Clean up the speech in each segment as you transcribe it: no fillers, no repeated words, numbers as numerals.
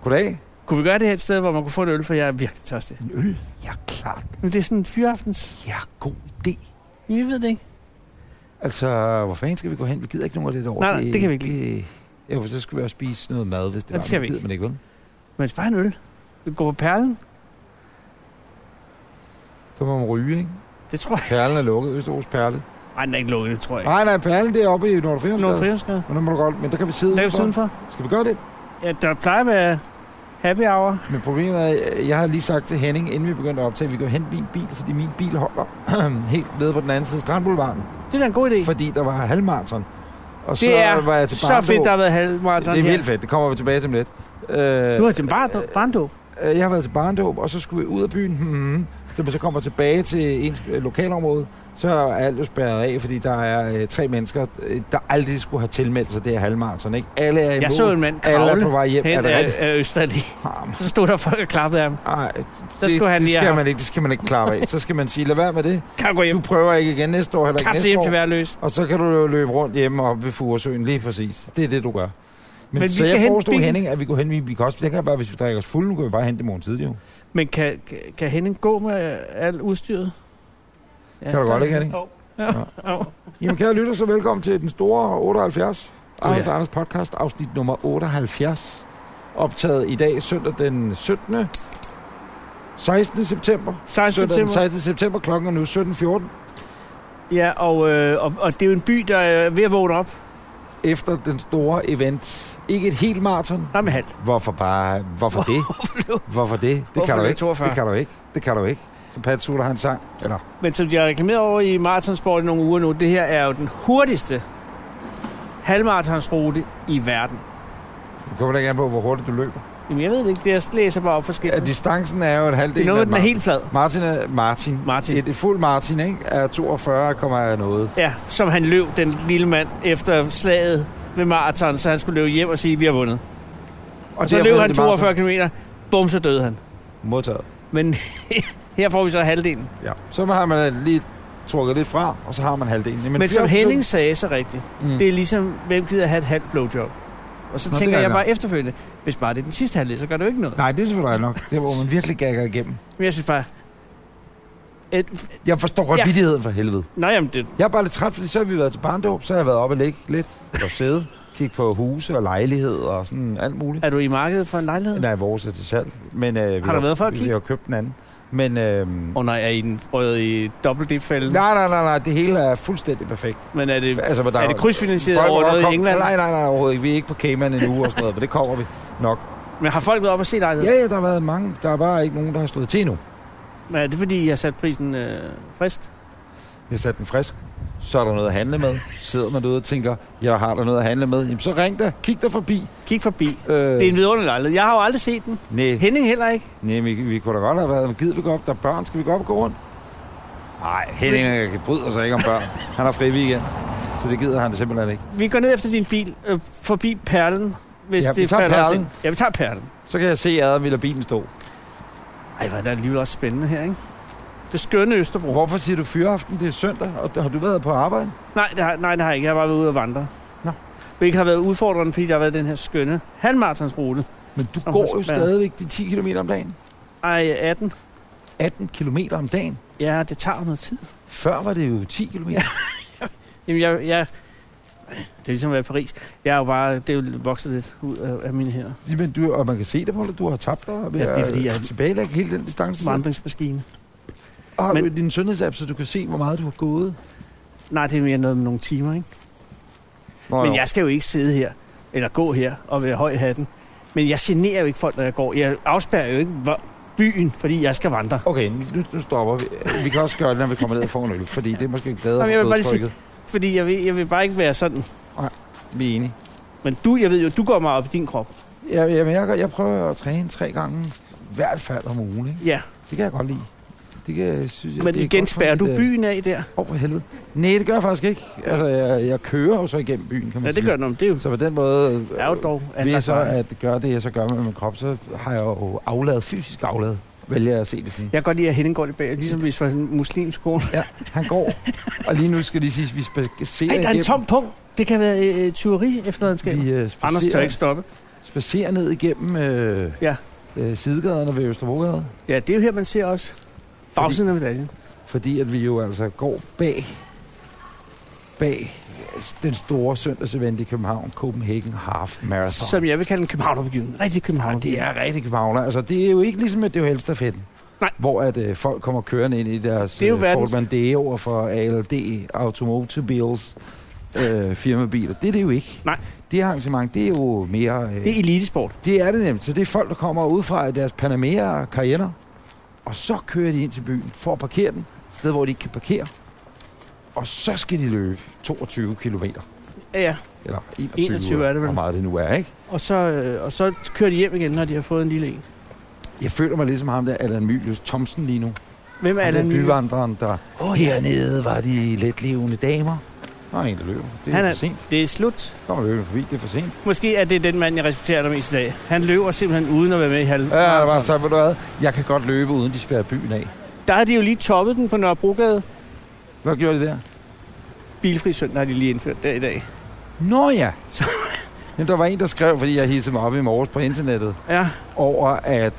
Goddag. Kunne vi gøre det her et sted, hvor man kunne få en øl, for jeg er virkelig tørstig? En øl? Ja, klart. Men det er sådan en fyraftens. Ja, god idé. Vi ved det ikke. Altså, hvor fanden skal vi gå hen? Vi gider ikke nogen af det derovre. Nej, det kan vi ikke lide. Ja, for så skulle vi også spise noget mad, hvis det var. Det gider man ikke, vel? Men bare en øl. Vi går på Perlen. Så må man ryge, ikke? Det tror jeg. Perlen er lukket. Østerås Perle. Nej, den er ikke lukket, det tror jeg ikke. Nej, Perlen det er oppe i Nordre Frihedsgade. Men der må du godt. Men der kan vi sidde udenfor. Skal vi gøre det? Ja, der plejer at være happy hour. Men problemet er, jeg har lige sagt til Henning, inden vi begyndte at optage, at vi kan hente min bil, fordi min bil holder helt nede på den anden side af Strandboulevarden. Det er da en god idé. Fordi der var halvmarathon. Og det så er var jeg til så fedt, der har været halvmarathon. Det er vildt fedt. Det kommer vi tilbage til lidt. Du har til barndåb? Jeg har været til barndåb, og så skulle vi ud af byen. Så kommer tilbage til ens lokalområde, så er alt jo spærret af, fordi der er 3 mennesker, der aldrig skulle have tilmeldt sig det her halvmarathon. Ikke? Alle er imod. Jeg så en mand kravle på vej hjem. hen af Østerlig. Så stod der folk og klappede af ham. Nej, det skal man ikke klappe af. Så skal man sige, lad være med det. Kan gå hjem. Du prøver ikke igen næste år, heller ikke næste hjem år. til Værløs. Og så kan du løbe rundt hjemme oppe ved Furesøen, lige præcis. Det er det, du gør. Men så vi skal jeg forestod hente Henning, at vi kunne hente, vi kan også, det kan bare, hvis vi drikker os fulde, nu kan vi bare hente det morgen tidlig, jo. Men kan Henning gå med alt udstyret? Ja, kan du godt, ikke, Henning? Ja. Jamen, kære lytter, så velkommen til den store 78. Anders podcast, afsnit nummer 78. Optaget i dag, søndag den 16. september. 16. september, klokken er nu 17:14. Ja, og det er jo en by, der er ved at vågne op. Efter den store event. Ikke et helt maraton. Nej, med halvt. Hvorfor det? Hvorfor det? Det kan du ikke. 42? Det kan du ikke. Så Pat Sutter har en sang. Eller? Men som de har reklameret over i maratonsport i nogle uger nu, det her er jo den hurtigste halvmaratonsrute i verden. Du kommer da ikke an på, hvor hurtigt du løber. Jamen, jeg ved det ikke. Det jeg læser bare op forskelligt. Ja, distancen er jo en halvdel. Det er noget, den er helt flad. Martin. Et fuld Martin, ikke? Er 42, noget. Ja, som han løb, den lille mand, efter slaget ved maraton, så han skulle løbe hjem og sige, at vi har vundet. Og så løb han 42 kilometer. Bum, så døde han. Modtaget. Men her får vi så halvdelen. Ja, så har man lige trukket lidt fra, og så har man halvdelen. Men som Henning sagde så rigtigt, det er ligesom, hvem gider have et halvt blowjob? Og så tænker jeg bare efterfølgende, hvis bare det er den sidste halvdel, så gør det jo ikke noget. Nej, det er selvfølgelig nok. Det hvor man virkelig gagger igennem. Men jeg synes bare... Jeg forstår godt vittigheden for helvede. Nej, jamen det... Jeg er bare lidt træt, fordi så har vi været til barndåb, så har jeg været oppe og ligge lidt, eller sidde, kigge på huse og lejlighed og sådan alt muligt. Er du i markedet for en lejlighed? Nej, vores er til salg. Men, har der været for at kigge? Vi har købt den anden. Men, nej, er I den røget i dobbeltdip-fælden? Nej, det hele er fuldstændig perfekt. Men er det krydsfinansieret over noget i England? Nej, overhovedet ikke. Vi er ikke på Cayman endnu og sådan noget, men det kommer vi nok. Men har folk været op og set dig? Ja, der har været mange. Der er bare ikke nogen, der har slået til endnu. Men er det fordi, I har sat prisen frisk? Vi har sat den frisk. Så er der noget at handle med. Sidder man derude og tænker, jeg har der noget at handle med. Jamen så ring da. Kig der forbi. Kig forbi. Det er en vidunderlig lejlighed. Jeg har jo aldrig set den. Nej. Henning heller ikke. Nej, vi kunne da godt have været. Gider vi gå op? Der er børn. Skal vi gå op og gå rundt? Nej, Henning bryder sig ikke om børn. Han har fri weekend. Så det gider han det simpelthen ikke. Vi går ned efter din bil. Forbi Perlen. Hvis ja, det falder Perlen. Ja, vi tager Perlen. Så kan jeg se, at vi lader bilen stå. Ej, hvor er det alligevel også spændende her, ikke? Det skønne Østerbro. Hvorfor siger du fyreaften? Det er søndag, og har du været på arbejde? Nej, det har jeg ikke. Jeg har bare været ude og vandre. Nå. Hvilket har været udfordrende, fordi der har været den her skønne halvmaratonsrute. Men du går jo stadigvæk de 10 km om dagen. Ej, 18. 18 km om dagen? Ja, det tager noget tid. Før var det jo 10 km. Jamen, jeg det er ligesom at være i Paris. Jeg er jo bare, det er jo vokset lidt ud af mine hænder. Jamen, og man kan se det på dig, du har tabt dig ved det er, fordi jeg tilbagelægge hele den distance. Vandringsmaskine. Og har du din sundhedsapp, så du kan se, hvor meget du har gået? Nej, det er mere noget med nogle timer, ikke? Men jeg skal jo ikke sidde her, eller gå her, og være høj i hatten. Men jeg generer jo ikke folk, når jeg går. Jeg afspærrer jo ikke byen, fordi jeg skal vandre. Okay, nu stopper vi. Vi kan også gøre det, når vi kommer ned og får en øl, fordi det er måske bedre for blodtrykket. Fordi jeg vil bare ikke være sådan. Nej, vi er enige. Men jeg ved jo, du går meget op i din krop. Ja, jeg prøver at træne 3 gange, i hvert fald om ugen, ikke? Ja. Det kan jeg godt lide. Men igen spærrer du byen af der? For helvede. Nej, det gør jeg faktisk ikke. Altså, jeg kører jo så igennem byen, kan man sige. Ja, det gør det jo. Så på den måde, er jo dog ved jeg så at gøre det, jeg så gør med min krop, så har jeg jo fysisk afladet. Vælger jeg at se det sådan. Jeg kan godt lide, at Henning går lidt bag, ligesom hvis var sådan en muslimsk kone. Ja, han går. Og lige nu skal de sige, at vi skal se. Ej, der er en tom punkt. Det kan være tyveri efterladenskab. Anders tør ikke stoppe. spacerer ned igennem sidegaderne ved Østerbrogade. Ja, det er jo her, man ser også bagsiden af medaljen. Fordi at vi jo altså går bag den store søndagsevent i København, Copenhagen Half Marathon. Som jeg vil kalde en københavnerbegivenhed. Rigtig københavnerbegivenhed. Ja, det er rigtig københavner. Altså, det er jo ikke ligesom, at det er jo Helstafetten. Nej. Hvor at folk kommer kørende ind i deres Ford Mondeo fra ALD Automobiles firmabiler. Det er det jo ikke. Nej. Det arrangement, det er jo mere... det er elitesport. Det er det nemt. Så det er folk, der kommer ud fra deres Panamera og Cayenne, og så kører de ind til byen for at parkere den, et sted, hvor de ikke kan parkere. Og så skal de løbe 22 kilometer. Ja. Eller 21 er det vel. Hvor meget det nu er, ikke? Og så kører de hjem igen, når de har fået en lille en. Jeg føler mig ligesom ham der, Allan Mylius Thomsen lige nu. Hvem er Allan Mylius? Byvandreren, der hernede var de letlevende damer. Der er en, der løber. Det er for sent. Det er slut. Kommer løber forbi, det er for sent. Måske er det den mand, jeg respekterer dig mest i dag. Han løber simpelthen uden at være med i halv. Ja, der var så, ved du hvad? Jeg kan godt løbe, uden de spærrer byen af. Der har de jo lige toppet den på Nørrebrogade. Hvad gjorde de der? Bilfri søndag har de lige indført der i dag. Nå ja. Jamen, der var en, der skrev, fordi jeg hissede mig op i morges på internettet. Ja. Over at,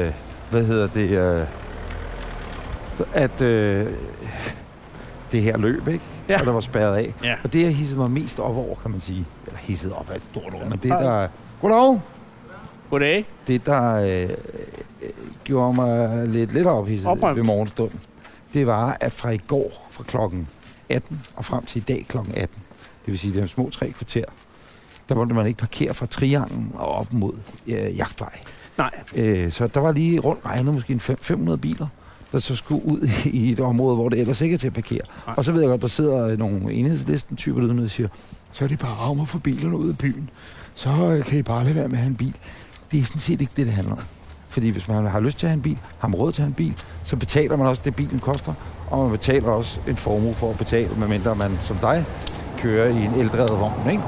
det her løb, ikke? Ja. Og der var spærret af. Ja. Og det, jeg hissede mig mest op over, kan man sige. Eller hissede op af et stort ord, men det der... Goddag. Goddag. Det, der gjorde mig lidt ophidset ved morgenstunden, det var, at fra i går, fra klokken 18 og frem til i dag klokken 18, det vil sige, det er små 3 kvarter, der måtte man ikke parkere fra Trianglen og op mod Jagtvej. Nej. Så der var lige rundt regnet måske 500 biler, der så skulle ud i et område, hvor det ellers ikke er til at parkere. Nej. Og så ved jeg godt, der sidder nogle enhedslisten-typer derude og siger, så er det bare om at få bilerne ud af byen. Så kan I bare lade være med at have en bil. Det er sådan set ikke det handler om. Fordi hvis man har lyst til at have en bil, har man råd til at have en bil, så betaler man også det, bilen koster, og man betaler også en formue for at betale, medmindre man som dig kører i en eldrevet vogn, ikke?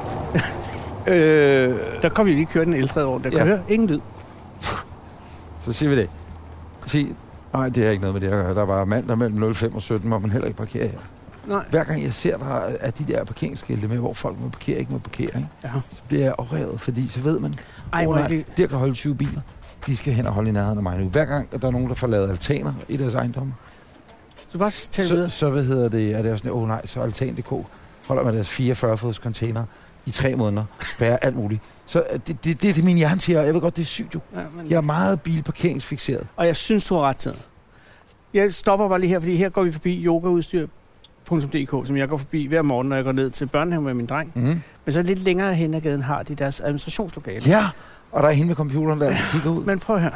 Der kom vi lige køre den eldrevet vogn. Der kører ingen lyd. Så siger vi det. Nej, det er ikke noget med det at gøre. Der var mandag mellem 05 og 17, hvor man heller ikke parkerer her. Nej. Hver gang jeg ser der af de der parkeringsskilte med, hvor folk må parkere, ikke må parkere, ikke? Ja. Så bliver jeg oprevet, fordi så ved man, der kan holde 20 biler. De skal hen og holde i nærheden af mig nu. Hver gang der er nogen, der får lavet altaner i deres ejendomme, så er det jo sådan, så altan.dk holder man deres 44-fods container i 3 måneder, spærrer alt muligt. Så det min hjerne siger, jeg ved godt, det er sygt jo. Ja, men... Jeg er meget bilparkeringsfikseret. Og jeg synes, du har ret tid. Jeg stopper bare lige her, fordi her går vi forbi yogaudstyr.dk, som jeg går forbi hver morgen, når jeg går ned til børnehaven med min dreng. Mm. Men så lidt længere hen ad gaden har de deres administrationslokale. Ja, og der er hende med computeren, der kigger ud. Men prøv at høre.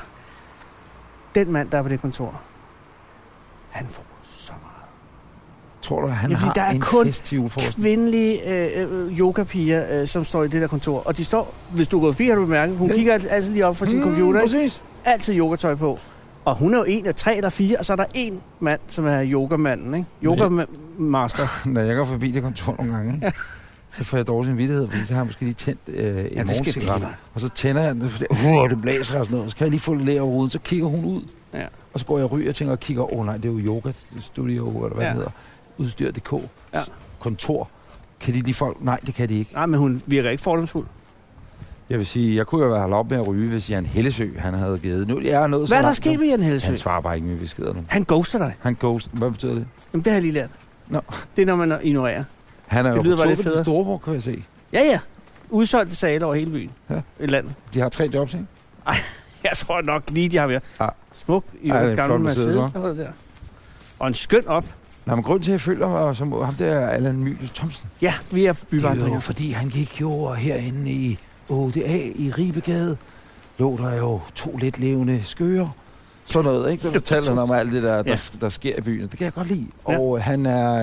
Den mand, der er på det kontor, han får så meget. Tror du, at han har en fest til juleforsken? Der er kun kvindelige yogapiger, som står i det der kontor. Og de står, hvis du går forbi, har du bemærket, hun kigger altid lige op fra sin computer. Præcis. Altid yogatøj på. Og hun er jo en af 3 eller 4, og så er der en mand, som er yogamanden, ikke? Yogamaster. Når jeg går forbi det kontor nogle gange, ikke? Så får jeg dårlig samvittighed, fordi så har jeg måske lige tændt en morgencigaret. Og så tænder jeg den, det blæser og sådan noget. Så kan jeg lige få lidt lærer over ruden, så kigger hun ud. Ja. Og så går jeg og ryger og tænker og kigger, nej, det er jo yoga studio, eller hvad det hedder. Udstyr.dk. Ja. Kontor. Kan de folk? Nej, det kan de ikke. Nej, men hun virker ikke fordomsfuld. Jeg vil sige, jeg kunne jo have holdt op med at ryge, hvis Jan Hellesø, han havde givet. Nu er noget hvad er der sket med Jan Hellesø? Han svarer bare ikke med beskeder nu. Han ghoster dig. Hvad betyder det? Jamen, det har jeg lige lært. No. Det er, når man ignorerer. Han er jo på toppen til Storebrug, kan jeg se. Ja. Udsolgte sale over hele byen. Ja. I landet. De har 3 jobs, ikke? Ej, jeg tror nok lige, de har mere. Ja. Smuk i gamle Mercedes. Der. Og en skøn op. Nej, men grund til, at jeg føler som ham der Allan Mylius Thomsen. Ja, vi er på byvandring. Jo, fordi han gik jo herinde i ODA i Ribegade. Lå der jo 2 lidt levende skøger. Sådan noget, ikke? Der fortæller han om alt det, der sker i byen. Det kan jeg godt lide. Ja. Og han er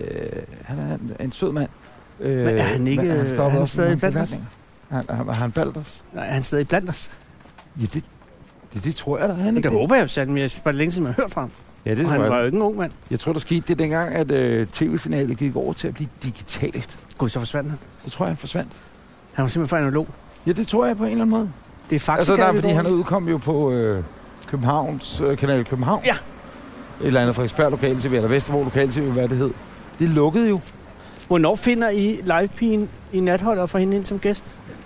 en sød mand. Men er han ikke... Han stadig blandt os? Har han blandt os? Nej, han stadig blandt os. Ja, det tror jeg da. Han ikke det håber jeg jo, men jeg synes bare, det længe siden, man har hørt fra ham. Ja, det han var jo ikke en ung mand. Jeg tror, der skete det dengang, at tv-signalet gik over til at blive digitalt. Gud, så forsvandt han? Det tror jeg, han forsvandt. Han var simpelthen for analog. Ja, det tror jeg på en eller anden måde. Det er faktisk... Altså, fordi han udkom jo på Københavns kanal København. Ja. Et eller andet Frederiksberg Lokal-TV, eller Vestervå Lokal-TV, hvad det hed. Det lukkede jo. Hvornår finder I livepigen i Natholdet og får hende ind som gæst?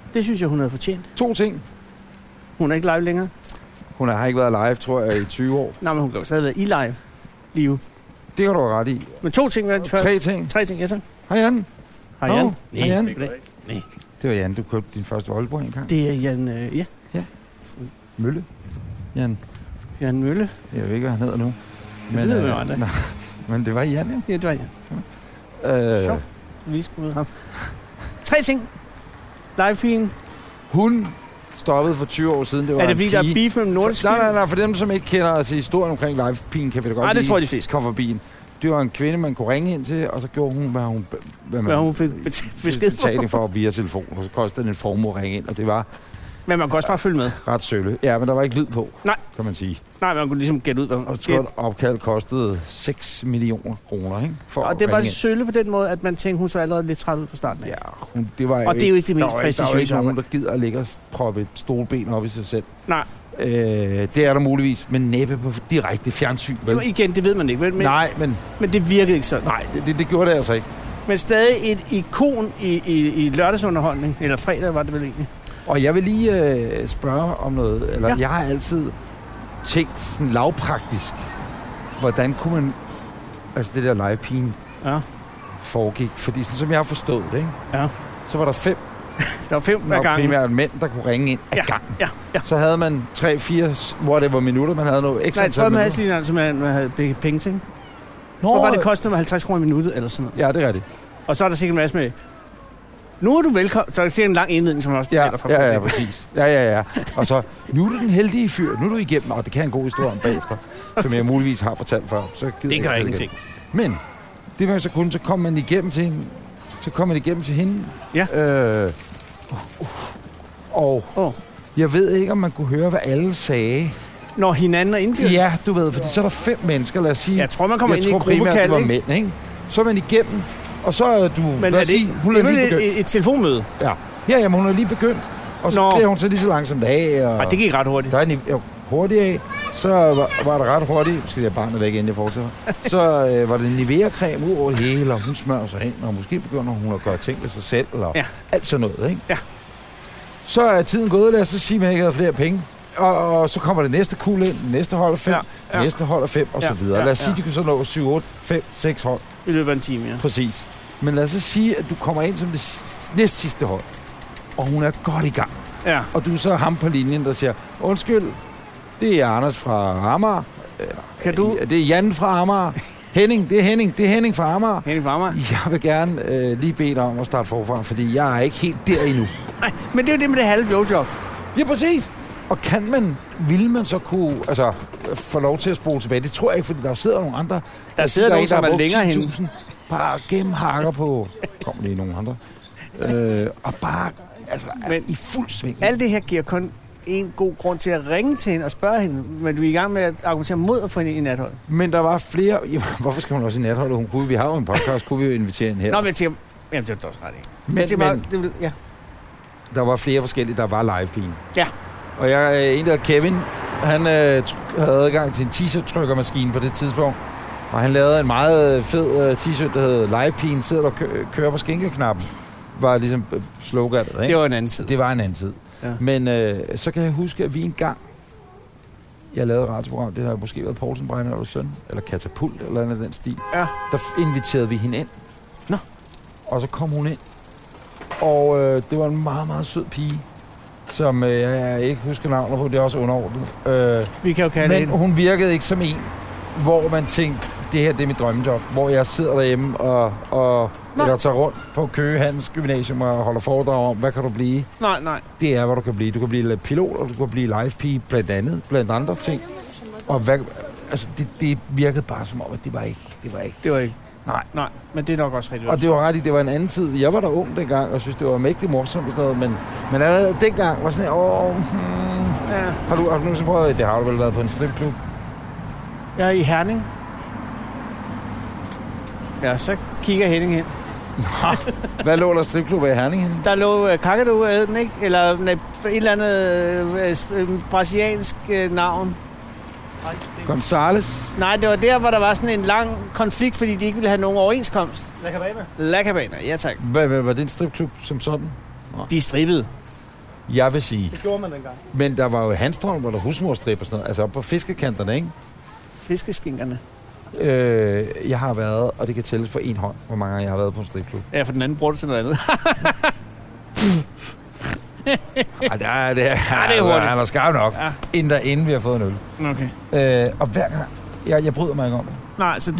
Det synes jeg, hun havde fortjent. 2 ting. Hun er ikke live længere. Hun har ikke været live, tror jeg, i 20 år. Nej, men hun kan jo stadig være i live. Det har du ret i. Men 2 ting var det først. 3 ting. 3 ting, ja så. Hej Jan. Hej Jan. Hej Jan. Nej. Det var Jan, du købte din første Aalborg engang. Det er Jan, ja. Mølle. Jan. Jan Mølle. Jeg ved ikke, hvad han hedder nu. Men, det ved jeg aldrig. Men det var Jan, ja. Ja, det var Jan. Så, vi skulle ud ham. 3 ting. Live-pigen. Hun stoppede for 20 år siden. Det var er det fordi, der er beef mellem nordisk film? Nej, for dem, som ikke kender altså historien omkring live-pigen, kan vi da godt det tror jeg, de fleste kom forbi. Det var en kvinde, man kunne ringe ind til, og så gjorde hun, hvad hun fik betaling for via telefon. Og så kostede det en formue at ringe ind, og det var... Men man kunne også bare følge med. Ret sølle. Ja, men der var ikke lyd på, nej, kan man sige. Nej, man kunne ligesom gætte ud. Og så et opkald kostede 6 millioner kroner, ikke? For og det var sølle på den måde, at man tænkte, hun så allerede lidt træt ud fra starten af. Ja, det var og det er jo ikke det mest prestigiøse. Der er ikke nogen, der gider at ligge og proppe et stolben op i sig selv. Nej. Det er der muligvis, men næppe på direkte fjernsyn, vel? Jo, igen, det ved man ikke, vel? Nej, men det virkede ikke sådan. Nej, det gjorde det altså ikke. Men stadig et ikon i lørdagsunderholdning, eller fredag var det vel egentlig. Og jeg vil lige spørge om noget, eller jeg har altid tænkt sådan lavpraktisk, hvordan kunne man, altså det der live-pigen foregik, fordi sådan som jeg har forstået det, ikke? Ja. Så var der 5 der var 5 hver gang. Primært mænd, der kunne ringe ind ad gangen. Ja. Så havde man 3-4, hvor det var minutter, man havde noget ekstra. Nej, jeg tror, man havde sådan altså, man havde penge til. Jeg tror bare, det kostede 50 kroner i minuttet, eller sådan noget. Ja, det er rigtigt. Og så er der sikkert en masse med, nu er du velkommen. Så er der en lang indledning, som man også betaler for. Ja, præcis. Ja. Og så, nu er du den heldige fyr. Nu er du igennem. Og det kan en god historie om bagefter, som jeg muligvis har fortalt før. Så det gør ingenting. Men, det var så kun, så kom man igennem til hende. Så kom man igennem til hende. Ja. Og jeg ved ikke, om man kunne høre, hvad alle sagde. Når hinanden er indbyrdes? Ja, du ved, fordi så er der 5 mennesker, lad os sige. Jeg tror, man kommer ind i en gruppekald, det var mænd, ikke? Så er man igennem, og så er du... Men er det ikke, hun er lige begyndt. Et telefonmøde? Ja, men hun er lige begyndt. Og så klæder hun sig lige så langsomt af. Nej, det gik ret hurtigt. Der er hurtigt af. Så var det ret hurtigt. Skal jeg barnet væk, inden jeg fortsætter. Så var det en Nivea-creme ud over det hele, og hun smører sig ind, og måske begynder hun at gøre ting ved sig selv, eller alt sådan noget, ikke? Ja. Så er tiden gået, lad os så sige, at man ikke havde flere penge. Og så kommer det næste kul ind, næste hold er 5, næste hold er 5, og så videre. Lad os sige, at de kunne så nå 7, 8, 5, 6 hold. I løbet af en time, ja. Præcis. Men lad os så sige, at du kommer ind som det næst sidste hold, og hun er godt i gang. Ja. Og du er så ham på linjen, der siger, undskyld, det er Anders fra Amager. Kan du? Det er Jan fra Amager. Det er Henning fra Amager. Henning fra Amager. Jeg vil gerne lige bede dig om at starte forfra, fordi jeg er ikke helt der endnu. Nej, men det er jo det med det halve blowjob. Ja, præcis. Og vil man så kunne få lov til at spole tilbage? Det tror jeg ikke, fordi der sidder nogle andre. Der sidder nogen, som er længere hen. Bare gennemhakker på. Kommer lige nogle andre. Og bare i fuld sving. Alt det her giver kun en god grund til at ringe til hende og spørge hende, men du er i gang med at argumentere mod at få hende i natholdet. Men der var flere... Jamen, hvorfor skal hun også i natholdet? Vi har jo en podcast, kunne vi jo invitere hende her. Nå, men jeg tænker... Jamen, det er også ret ikke. Men der var flere forskellige, der var live-pigen. Ja. Og en der hedder Kevin, han havde adgang til en t-shirt-trykkermaskine på det tidspunkt. Og han lavede en meget fed t-shirt, der hed Live-pigen sidder og kører på skinkeknappen. Var ligesom sloganet, ikke? Det var en anden tid. Det var en anden tid. Ja. Men så kan jeg huske, at vi engang... Jeg lavede et radioprogram, det har måske været Poulsen, Brænder og Søn, eller Katapult, eller noget af den stil. Ja. Der inviterede vi hende ind. Nå. Og så kom hun ind. Og det var en meget, meget sød pige, som jeg ikke husker navnet på, det er også underordnet. Vi kan jo kalde men hun virkede ikke som en, hvor man tænkte, det her det er mit drømmejob. Hvor jeg sidder derhjemme og eller tager rundt på Køge Handels Gymnasium og holder foredrag om, hvad kan du blive? Nej. Det er, hvad du kan blive. Du kan blive pilot, og du kan blive live-pige, blandt andre ting. Og det virkede bare som om, at det var ikke. Nej, men det er nok også rigtigt. Og det var ret i, det var en anden tid. Jeg var der ung dengang, og synes, det var mægtig morsomt og sådan noget, men allerede dengang var sådan, ja. Har du nogensinde prøvet, det har du vel været på en stripklub? Jeg er i Herning. Ja, så kigger Henning hen. Hvad lå der stripklub i Herning hen? Der lå Kakadu, den ikke? Eller et eller andet brasiliansk navn. Gonzales? Nej, det var der, hvor der var sådan en lang konflikt, fordi de ikke ville have nogen overenskomst. La Cabana, ja tak. Var det en stripklub som sådan? De strippede. Jeg vil sige... Det gjorde man dengang. Men der var jo Hanstholm, hvor der husmorstrip og sådan noget. Altså op på fiskekanterne, ikke? Fiskeskinkerne. Jeg har været, og det kan tælles på en hånd, hvor mange gange jeg har været på en stripklub. Ja, for den anden bruger du til noget andet. Det er hurtigt. Han er skarp nok, inden vi har fået en øl. Okay. Og hver gang, jeg bryder mig ikke om det. Nej, så det...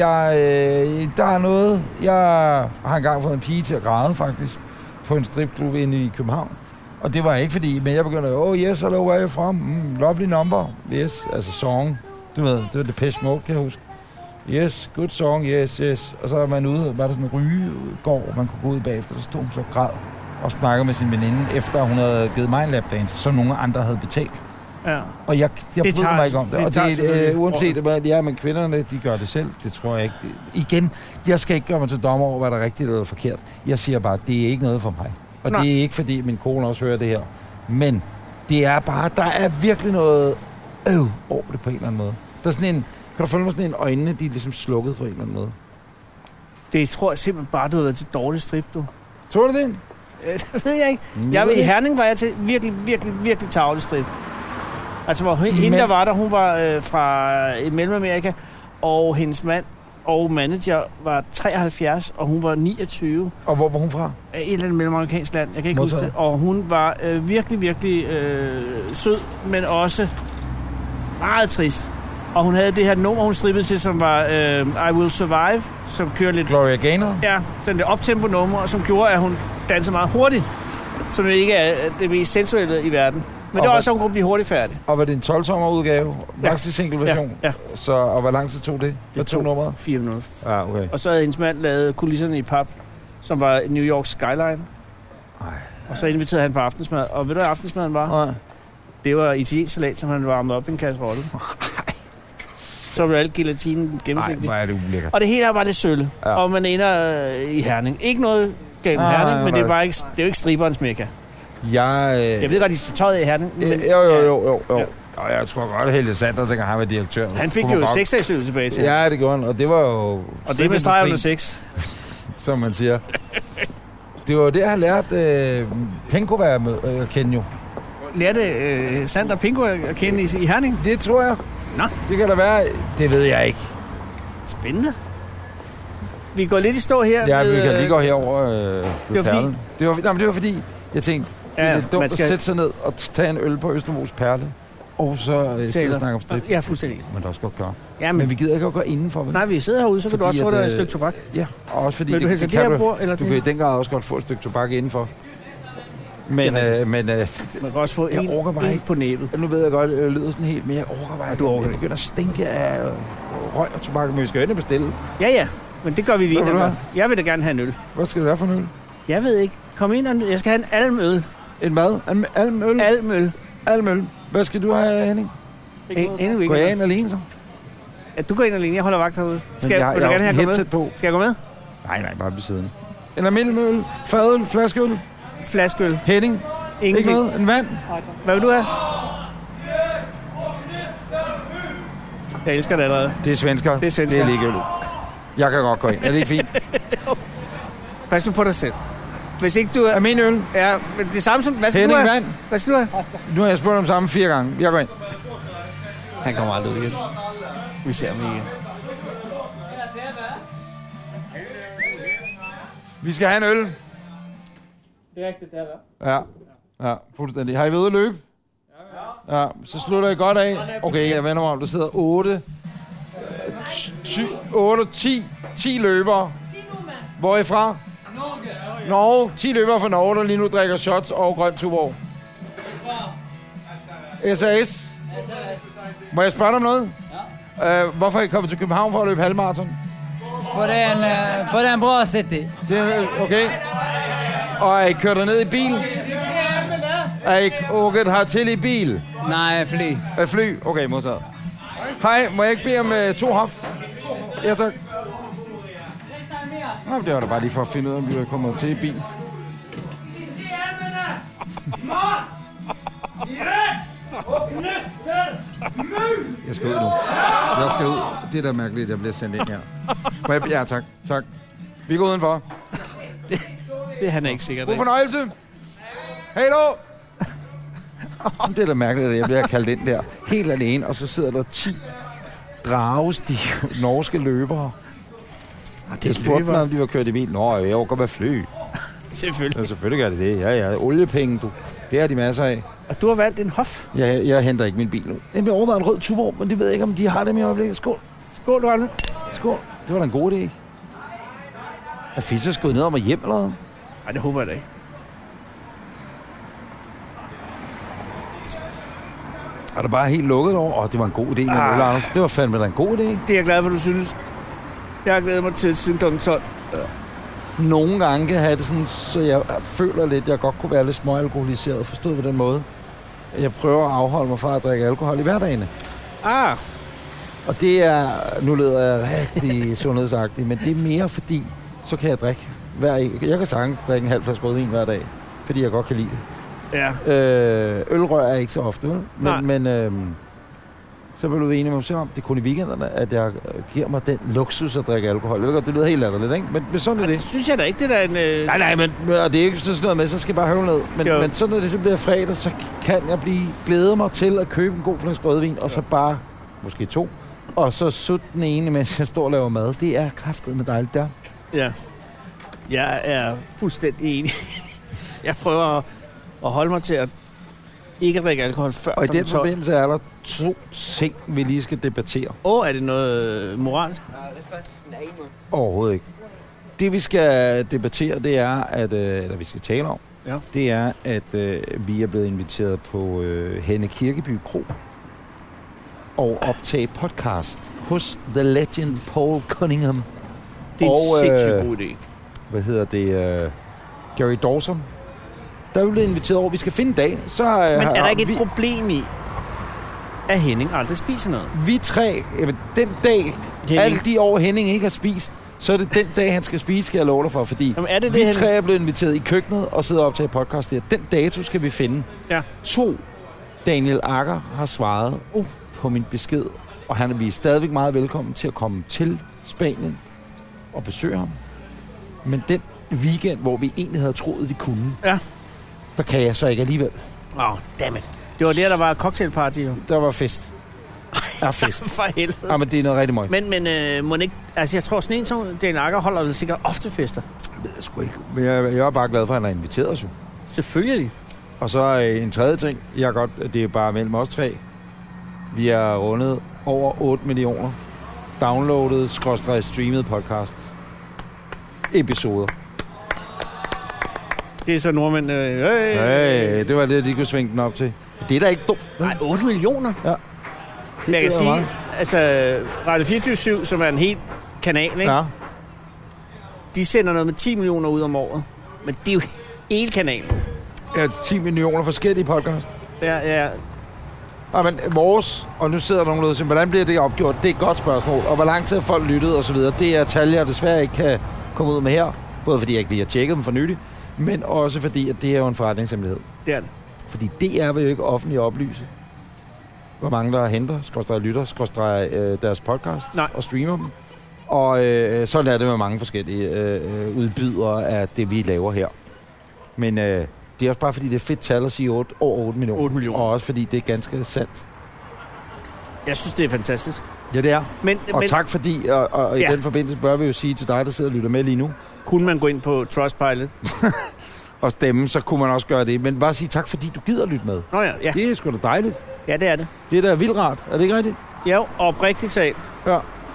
Der er noget... Jeg har engang fået en pige til at græde, faktisk, på en stripklub inde i København. Og det var ikke fordi, men jeg begyndte, yes, hello, where are you from? Lovely number. Yes, altså song. Du ved, det var Depeche Mode, kan jeg huske. Yes, good song, yes. Og så var man ude, var der sådan en rygegård, man kunne gå ud bagefter, så stod hun så græd og snakkede med sin veninde, efter hun havde givet mig en lapdance, som nogle andre havde betalt. Ja. Og jeg bryder mig ikke om det. Og det uanset hvad, men kvinderne, de gør det selv. Det tror jeg ikke. Igen, jeg skal ikke gøre mig til dommer over, hvad der er rigtigt eller forkert. Jeg siger bare, det er ikke noget for mig. Og det er ikke, fordi min kone også hører det her. Men det er bare, der er virkelig noget over det på en eller anden måde. Der er sådan en, kan du følge mig sådan en øjnene, de er ligesom slukket på en eller anden måde? Det tror jeg simpelthen bare, du har været til dårlig strip, du. Tror du det? Det ved jeg ikke. I Herning var jeg til virkelig tarvelig strip. Altså, hvor hende, der var der, hun var fra Mellemamerika, og hendes mand og manager var 73, og hun var 29. Og hvor var hun fra? Et eller andet mellemamerikansk land, jeg kan ikke huske det. Og hun var virkelig sød, men også meget trist. Og hun havde det her nummer, hun strippede til, som var I Will Survive, som kører lidt... Gloria Gaynor? Ja, sådan lidt optempo-nummer, og som gjorde, at hun dansede meget hurtigt, som jo ikke er det mest sensuelle i verden. Men det var også, så hun kunne blive hurtigt færdig. Og var det en 12-tommer udgave? Maxi single version? Ja. Så, og hvor lang tid tog det? Det tog nummeret? 4 minutter. Ja, okay. Og så havde hendes mand lavet kulisserne i pap, som var New York Skyline. Og så inviterede han på aftensmad. Og ved du, hvad aftensmaden var? Nej. Det var italiensk salat, som han varmede op i en kasserolle. Så blev alt gelatinen gennemsigtig. Nej, hvor er det ulækkert. Og det hele er bare lidt sølle. Ja. Og man ender i Herning. Ikke noget galt med Herning, men det er bare ikke, det er jo ikke striberens mekka. Jeg ved godt, de tager tøjet af i Herning. Men, jo. Ja. Og jeg tror godt, at Helge Sander, dengang han var direktør. Han fik jo 6-dagsløb tilbage til. Ja, det gjorde han. Og det var jo... Og det med streg under 6. Som man siger. Det var jo det, han lærte Penko at kende jo. Lærte Sander Penko at kende i Herning? Det tror jeg. Nå. Det kan der være. Det ved jeg ikke. Spændende. Vi går lidt i stå her. Ja, vi kan lige gå herover ved Perlen. Det var fordi, jeg tænkte, det er lidt dumt at sætte sig ned og tage en øl på Østermos Perle. Og så sidde og snakke om strip. Ja, fuldstændig. Men det også godt gøre. Ja, men vi gider ikke at gå indenfor. Vel? Nej, vi sidder herude, så kan du også få dig et stykke tobak. Ja, og også fordi du kan i den grad også godt få et stykke tobak indenfor. Men man kan også få en på næbet. Nu ved jeg godt, det lyder sådan helt, men jeg overgår bare. Du overgår det. Jeg begynder at stinke af røg og tobak, men vi skal jo ind og bestille. Ja, men det gør vi lige. Jeg vil da gerne have en øl. Hvad skal det være for en øl? Jeg ved ikke. Kom ind og jeg skal have en almøl. En hvad? Almøl? Almøl. Hvad skal du have, Henning? Går jeg ind alene så? Ja, du går ind alene. Jeg holder vagt herude. Vil du gerne have headset på? Skal jeg gå med? Nej, bare ved siden. En almindelig øl, fadøl, flaskeøl. Flaskeøl. Henning? Ingenting. Ikke noget? En vand? Hvad vil du have? Jeg elsker det allerede. Det er svensker. Det er ligegyldigt. Jeg kan godt gå ind. Er det ikke fint? Pas nu på dig selv. Hvis ikke du er... Almindelig øl? Ja, men det samme som... Hvad skal Henning, du have? vand? Hvad skal du have? Nu har jeg spurgt om sammen 4 gange. Jeg går ind. Han kommer aldrig ud igen. Vi ser ham igen. Vi skal have en øl. Det er rigtigt, det er Ja, fuldstændig. Har I været ude at løbe? Ja. Så slutter I godt af. Okay, jeg vender mig om. Der sidder 10 løbere. Hvor er I fra? Norge. 10 løbere fra Norge, der lige nu drikker shots og grønt Tuborg. SAS. Må jeg spørge dig om noget? Ja. Hvorfor er I kommet til København for at løbe halvmarathon? For det er en bra city. Det er okay. Og er I kørt ned i bil? Er I åket hertil i bil? Nej, fly. Fly? Okay, modtaget. Hej, må jeg ikke bede om 2 hof? Ja, tak. Nå, det var da bare lige for at finde ud af, om vi er kommet til i bil. Jeg skal ud nu. Jeg skal ud. Det er da mærkeligt, at jeg bliver sendt ind her. Ja, tak. Tak. Vi går udenfor. Det er han ikke sikkert. God fornøjelse. Hej då. Det er da mærkeligt, at jeg bliver kaldt ind der. Helt alene, og så sidder der 10 dragestige norske løbere. Det spurgte mig, om de var kørt i bil. Nå, jeg går med fly. Selvfølgelig. Ja, selvfølgelig gør det det. Ja. Oliepenge, du. Det har de masser af. Og du har valgt en Hof? Ja, jeg henter ikke min bil nu. Jeg vil overveje en rød Tuborg, men det ved jeg ikke, om de har dem i øjeblikket. Skål. Skål, du har det. Skål. Det var da en god idé. Er Fischer skød ned om at hjem eller noget? Nej, det håber jeg da ikke. Er det bare helt lukket over? Det var en god idé. Det var fandme da en god idé. Det er jeg glad for, du synes. Jeg har glædet mig til siden kl. 12. Nogle gange kan jeg have det sådan, så jeg føler lidt, at jeg godt kunne være lidt småalkoholiseret. Forstået på den måde. Jeg prøver at afholde mig fra at drikke alkohol i hverdagene. Og det er, nu lyder jeg rigtig sundhedsagtig, men det er mere fordi, så kan jeg drikke jeg kan sagtens drikke en halv flaske rødvin hver dag, fordi jeg godt kan lide det. Ja. Ølrør er ikke så ofte, men så vil du være enig med mig om, det er kun i weekenderne, at jeg giver mig den luksus at drikke alkohol. Jeg ved godt, det lyder helt latterligt, ikke? Men sådan er det. Det synes jeg da ikke, det der en... Nej, men det er ikke sådan noget med, så skal jeg bare høvle ned. Men sådan når det så bliver fredag, så kan jeg glæde mig til at købe en god flaske rødvin, og så bare, måske 2, og så sutte den ene, mens jeg står og laver mad. Det er kraftigt med dejligt der. Ja. Jeg er fuldstændig enig. Jeg prøver at holde mig til at ikke drikke alkohol før. Og i den forbindelse er der 2 ting, vi lige skal debattere. Er det noget moralsk? Nej, det er faktisk nærmere. Overhovedet ikke. Det vi skal debattere, det er, eller vi skal tale om, det er, at vi er blevet inviteret på Henne Kirkeby Kro og optage podcast hos The Legend Paul Cunningham. Det er en sindssygt god idé. Hvad hedder det? Gary Dawson. Der er vi blevet inviteret over. Vi skal finde en dag. Så, men er der ikke et problem i, at Henning aldrig spiser noget? Vi 3, den dag, alle de år Henning ikke har spist, så er det den dag, han skal spise, skal jeg love dig for. Fordi vi 3 er blevet inviteret i køkkenet og sidder og optager podcast der. Den dato skal vi finde. Ja. 2, Daniel Agger har svaret på min besked, og vi er stadigvæk meget velkommen til at komme til Spanien og besøge ham. Men den weekend, hvor vi egentlig havde troet, vi kunne, der kan jeg så ikke alligevel. Dammit. Det var der var cocktailparty, jo. Der var fest. Fest. For helvede. Ja, men det er noget rigtig møg. Men må ikke... Altså, jeg tror, sådan en som Daniel Agger holder vel sikkert ofte fester. Det ved jeg sgu ikke. Men jeg er bare glad for, at han har inviteret os jo. Selvfølgelig. Og så en tredje ting. Det er bare mellem os 3. Vi har rundet over 8 millioner downloadet, /streamet podcast episoder. Det er så nordmænd. Hey, det var det, de kunne svinge den op til. Det er da ikke dumt. Nej, 8 millioner? Ja. Men jeg kan sige, altså Radio 24/7, som er en helt kanal, ikke? Ja. De sender noget med 10 millioner ud om året. Men det er jo hele kanalen. Ja, 10 millioner forskellige podcast. Ja. Ja, men vores, og nu sidder der nogen og hvordan bliver det opgjort? Det er et godt spørgsmål. Og hvor lang tid har folk lyttet og så videre? Det er tal, jeg desværre ikke kan komme ud med her. Både fordi jeg ikke lige har tjekket dem for nylig, men også fordi, at det er jo en forretningshemmelighed. Det er det. Fordi DR vil jo ikke offentligt oplyse, hvor mange der henter, lytter, deres podcast og streamer dem. Og sådan er det med mange forskellige udbydere af det, vi laver her. Men det er også bare fordi, det er fedt tal at sige over 8 millioner. 8 millioner. Og også fordi, det er ganske sandt. Jeg synes, det er fantastisk. Ja, det er. Men tak fordi, og i den forbindelse bør vi jo sige til dig, der sidder og lytter med lige nu. Kunne man gå ind på Trustpilot? og stemme, så kunne man også gøre det. Men bare sige tak, fordi du gider lytte med. Nå ja. Det er sgu da dejligt. Ja, det er det. Det er da vildt rart. Er det ikke rigtigt? Ja, oprigtigt talt. Ja.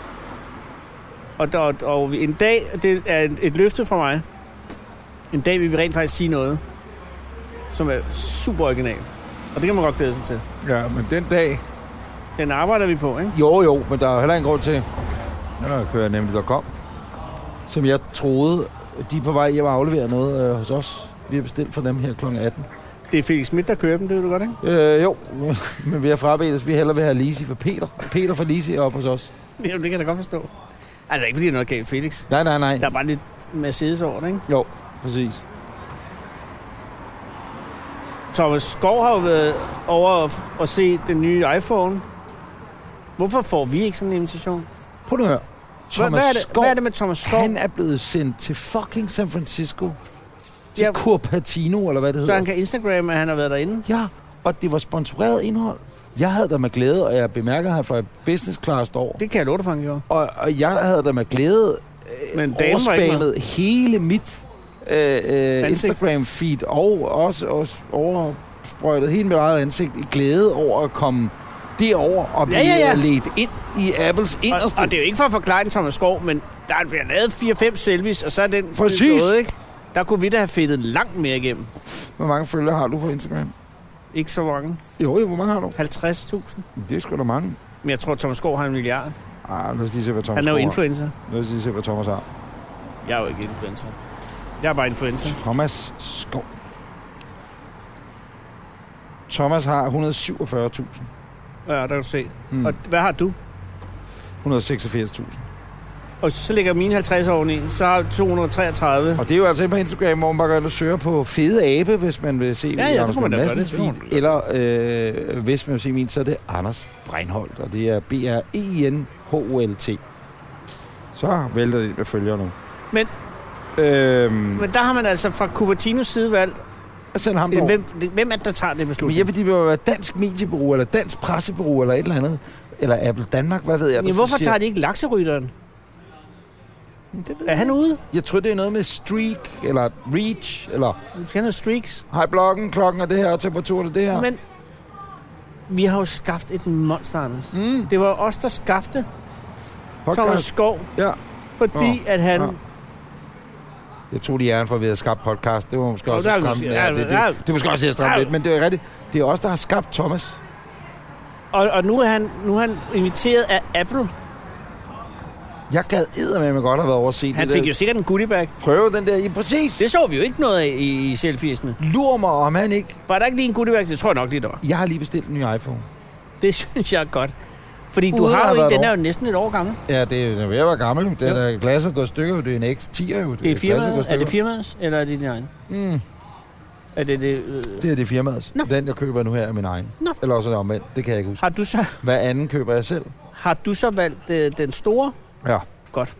Og en dag, det er et løfte fra mig, en dag vil vi rent faktisk sige noget, som er super original. Og det kan man godt glæde sig til. Ja, men den dag... Den arbejder vi på, ikke? Jo, men der er heller en grund til... Jeg kører nemlig, der kom. Som jeg troede, de er på vej hjem og aflevere noget hos os. Vi har bestilt for dem her kl. 18. Det er Felix Schmidt, der kører dem, det ved du godt, ikke? Jo, men vi har frabedt os. Vi hellere vil have Lisi for Peter. Peter for Lisi op hos os. Jamen, det kan jeg da godt forstå. Altså, ikke fordi det er noget galt Felix. Nej. Der er bare lidt Mercedes over det, ikke? Jo, præcis. Thomas Skov har jo været over at se den nye iPhone. Hvorfor får vi ikke sådan en invitation? Prøv at høre. Hvad er det med Thomas Skov? Han er blevet sendt til fucking San Francisco. Til Cupertino, eller hvad det hedder. Så han kan Instagram, at han har været derinde? Ja, og det var sponsoreret indhold. Jeg havde der med glæde, og jeg bemærkede, at han fløj business class derovre. Det kan jeg love dig, for han gjorde. Og jeg havde der med glæde overspammet hele mit Instagram-feed, og også oversprøjtet hele mit eget ansigt i glæde over at komme derover og blive ledt ind i Apples inderste. Og det er jo ikke for at forklare den, Thomas Skov, men der bliver lavet 4-5 selfies, og så er den noget, ikke? Der kunne vi da have fedtet langt mere igennem. Hvor mange følgere har du på Instagram? Ikke så mange. Jo, hvor mange har du? 50.000. Det er sgu da mange. Men jeg tror, Thomas Skov har 1 milliard. Lad os lige se, hvad Thomas Han er jo influencer. Lad os lige se, hvad Thomas har. Jeg er jo ikke influencer. Jeg er bare influencer. Thomas Skov. Thomas har 147.000. Ja, der kan du se. Og hvad har du? 186.000. Og så lægger mine 50 oveni, så har 233. Og det er jo altså inde på Instagram, hvor man bare går ind og søger på Fede Abe, hvis man vil se Anders Lund Madsens feed. Eller hvis man vil se min, så er det Anders Breinholt, og det er BREINHOLT. Så vælter det med følgere nu. Men der har man altså fra Cupertinos side valgt. Hvem er det, der tager det beslutning? Men det vil være dansk mediebureau, eller dansk pressebureau, eller et eller andet. Eller Apple Danmark, hvad ved jeg. Men hvorfor tager de ikke lakserytteren? Er han ude? Jeg tror, det er noget med streak, eller reach, eller... Skal han have streaks? Hej blokken, klokken er det her, og temperaturen er det her. Men vi har jo skabt et monster, Anders. Det var os, der skabte Thomas Skov. Ja. Fordi at han... Ja. Jeg tog de æren for, at vi havde skabt podcast. Det var måske også at stramme. Det måske også at stramme lidt, men det er rigtigt. Det er os, der har skabt Thomas. Og nu er han inviteret af Apple. Jeg gad eddermame godt have været over at se det. Han fik jo sikkert en goodiebag. Prøve den der. Ja, præcis. Det så vi jo ikke noget af i selfiesne. Lur mig, om han ikke... Var der ikke lige en goodiebag? Det tror jeg nok lige, der var. Jeg har lige bestilt en ny iPhone. Det synes jeg er godt. Fordi du har jo ikke, den er jo næsten et år gammel. Ja, det er ved at være gammel. Det er der glasset går stykker, det er en X10'er jo. Det er firmaet? Er det firmaets, eller er det din egen? Er det Det er det firmaets. Den, jeg køber nu her, er min egen. Eller også er det omvendt. Det kan jeg ikke huske. Har du så... Hvad anden køber jeg selv? Har du så valgt den store? Ja. Godt.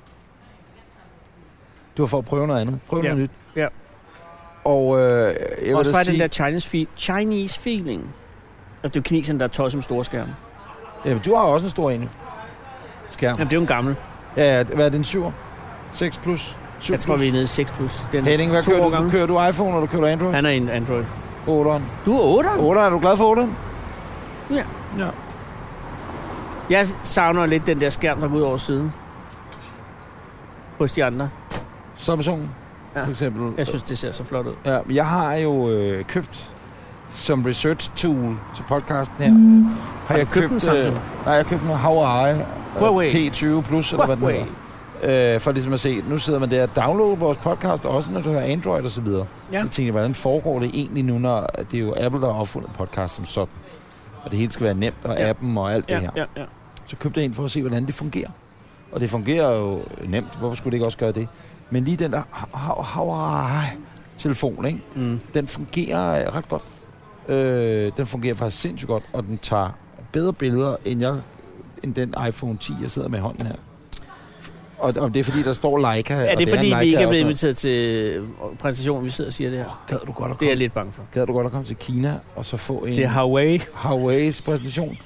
Du var for at prøve noget andet. Prøve noget nyt. Ja. Og jeg vil også da sige... den der Chinese feeling. Altså, det er jo kineserne, der er tosset som store skærm. Jamen, du har også en stor ene. Skærm. Jamen, det er jo en gammel. Ja, hvad er det, en 7? 6 plus? 7 jeg tror, vi er nede i 6 plus. Henning, hvad kører du? Kører du iPhone, eller kører du Android? Han er en Android. 8'eren. Du er 8'eren? 8'eren, er du glad for 8'eren? Ja. Jeg savner lidt den der skærm, der går ud over siden. Hos de andre. Samsung, for eksempel. Jeg synes, det ser så flot ud. Ja, jeg har jo købt som research tool til podcasten her. Har jeg købt en Samsung? Nej, jeg købt en Huawei P20 Plus, eller hvad den hedder. For ligesom at se, nu sidder man der og downloader vores podcast, også når du hører Android og så videre. Ja. Så tænker jeg, hvordan foregår det egentlig nu, når det er jo Apple, der har opfundet podcast som sådan. Og det hele skal være nemt, og appen og alt det her. Ja. Så købte jeg en for at se, hvordan det fungerer. Og det fungerer jo nemt. Hvorfor skulle det ikke også gøre det? Men lige den der Huawei-telefon, ikke? Den fungerer ret godt. Den fungerer faktisk sindssygt godt, og den tager bedre billeder, end den iPhone 10, jeg sidder med i hånden her. Og det er fordi, der står Leica. Er det fordi, vi ikke er blevet inviteret til præsentationen, vi sidder og siger det her? Gad du godt at komme? Det er jeg lidt bange for. Gad du godt at komme til Kina, og så få en... Til Huawei's præsentation.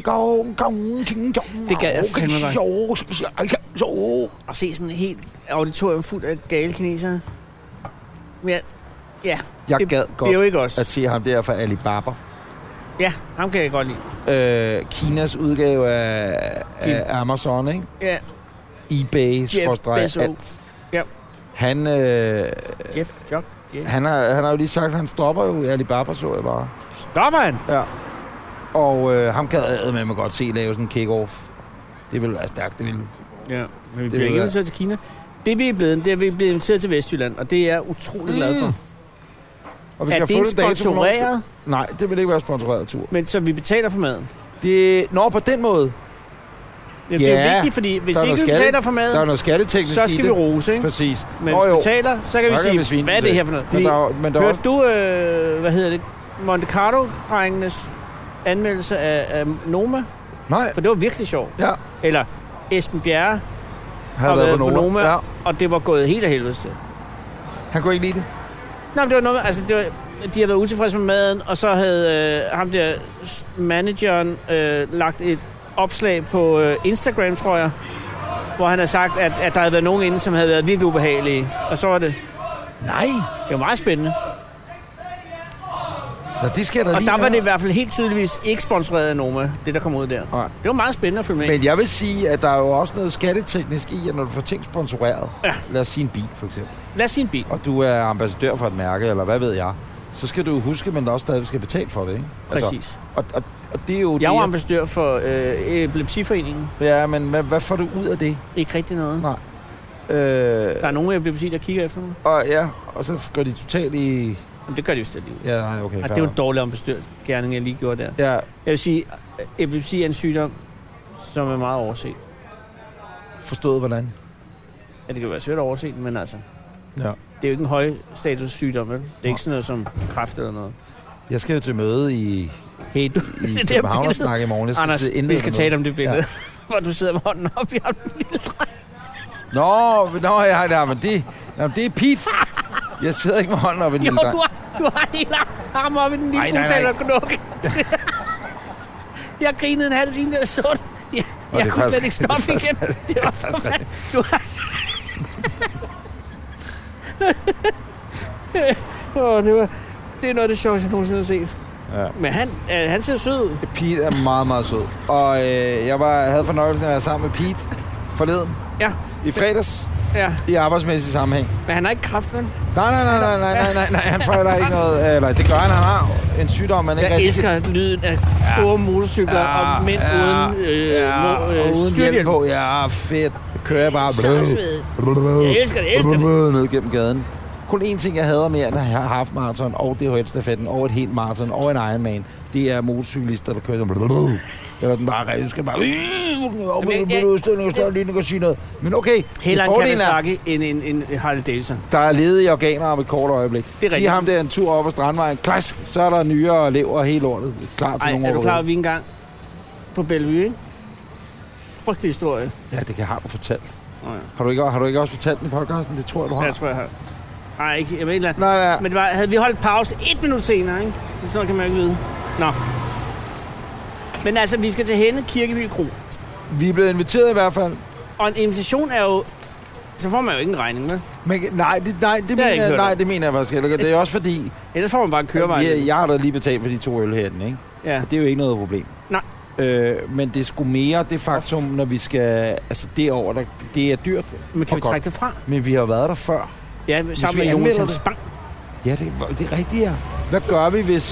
Det gad jeg fandme godt. Og se sådan en helt auditorium fuld af gale kinesere. Men jeg gad godt at se ham der fra Alibaba. Ja, ham kan jeg godt lide. Kinas udgave af Amazon, ikke? Ja. eBay, alt. Ja. Han, han har jo lige sagt, at han stopper jo i Alibaba, så jeg bare. Stopper han? Ja. Og ham gad med mig godt se lave sådan en kick-off. Det ville være stærkt, det ville. Ja, men vi bliver ikke inviteret til Kina. Det vi er blevet inviteret til Vestjylland, og det er jeg utroligt glad for. Og vi er det sponsoreret? Nej, det vil ikke være sponsoreret tur. Men så vi betaler for maden? Nå, på den måde. Ja, det er jo vigtigt, fordi hvis ikke vi betaler for maden, der er noget skatteteknisk, så skal vi rose, ikke? Præcis. Men hvis vi betaler, så kan vi sige, hvad er det her for noget? Fordi, hørte du, Monte Carlo-drengenes anmeldelse af Noma? Nej. For det var virkelig sjovt. Ja. Eller Esben Bjerre har været på Noma, og det var gået helt af helvede til. Han kunne ikke lide det? Nej, men det var noget, altså de havde været utilfredse med maden, og så havde ham der manageren lagt et opslag på Instagram, tror jeg, hvor han havde sagt, at der havde været nogen inde, som havde været virkelig ubehagelige. Og så var det... Nej! Det var meget spændende. Nå, det sker der og lige der var det i hvert fald helt tydeligvis ikke sponsoreret af Noma, det der kom ud der. Ja. Det var meget spændende at følge med. Men jeg vil sige, at der er jo også noget skatteteknisk i, at når du får ting sponsoreret, lad os sige en bil for eksempel. Lad os sige en bil. Og du er ambassadør for et mærke, eller hvad ved jeg, så skal du huske, men også stadig skal betale for det, ikke? Præcis. Altså, og det er jo jeg er ambassadør for Epilepsiforeningen. Ja, men hvad får du ud af det? Ikke rigtig noget. Nej. Der er nogen epilepsi, der kigger efter mig. Og så gør de totalt i... Jamen, det gør de jo stadig. Ja, nej, okay. Det er jo en dårlig ambassadørgerning, jeg lige gjorde der. Ja. Jeg vil sige, epilepsi er en sygdom, som er meget overset. Forstået hvordan? Ja, det kan være svært at overse, men altså... Ja. Det er jo ikke en høj status sygdom, vel? Det er ikke sådan noget som kræft eller noget. Jeg skal jo til møde i København og snakke i morgen. Anders, vi skal tale om det billede, hvor du sidder med hånden op i ham, den lille dreng. Nå, men det er Pete. Jeg sidder ikke med hånden op i den lille dreng. Du har hele armen op i den lille brutalerknuk. Jeg grinede en halv time, der så det. Jeg kunne slet ikke stoppe igen. Det var forfærdeligt. Det er noget af det sjoveste, jeg nogensinde har set. Ja. Men han ser sød ud. Pete er meget, meget sød. Og jeg havde fornøjelsen af at være sammen med Pete forleden. Ja. I fredags. Ja. I arbejdsmæssig sammenhæng. Men han har ikke kræft, vel? Nej. Han får der ikke noget... Eller det gør han har en sygdom, man ikke rigtig... Jeg elsker lyden af store motorcykler og mænd uden hjelm på. Ja, fedt. Kører bare... Så svedigt. Jeg elsker det. Ned gennem gaden. Kun én ting, jeg hader mere end at have haft maraton og DHL-stafetten og et helt maraton og en Ironman, det er motorcyklister, der kører som... Eller den bare du skal bare... Men okay, heller en Kawasaki end en Harley Davidson. Der er ledige organer om et kort øjeblik. Det er rigtigt. Giv ham der en tur op ad Strandvejen. Klask, så er der nyere og lever og hele lortet. Klar til nogle år. Er du klar, at vi engang på Bellevue, ikke? Frygtelig historie. Ja, det kan du fortalt. Oh, ja. Har du ikke også fortalt den i podcasten? Det tror jeg, du har. Ja, jeg tror, jeg har. Nej, ikke. Jeg ved ikke. Nej. Men havde vi holdt pause 1 minut senere, ikke? Sådan kan man ikke vide. Nå. Men altså, vi skal til Henne Kirkeby Kro. Vi er blevet inviteret i hvert fald. Og en invitation er jo... Så får man jo ikke en regning, med. Men, det mener jeg faktisk ikke. Det er også fordi... Ellers får man bare en kørevej. Jeg har da lige betalt for de 2 øl herinde, ikke? Ja. Og det er jo ikke noget problem. Nej. Men det er sgu mere det faktum, når vi skal... Altså derovre, det er dyrt. Men kan vi trække det fra? Men vi har været der før. Ja, sammen med Jonathan Spang. Ja, det er rigtigt, ja. Hvad gør vi, hvis...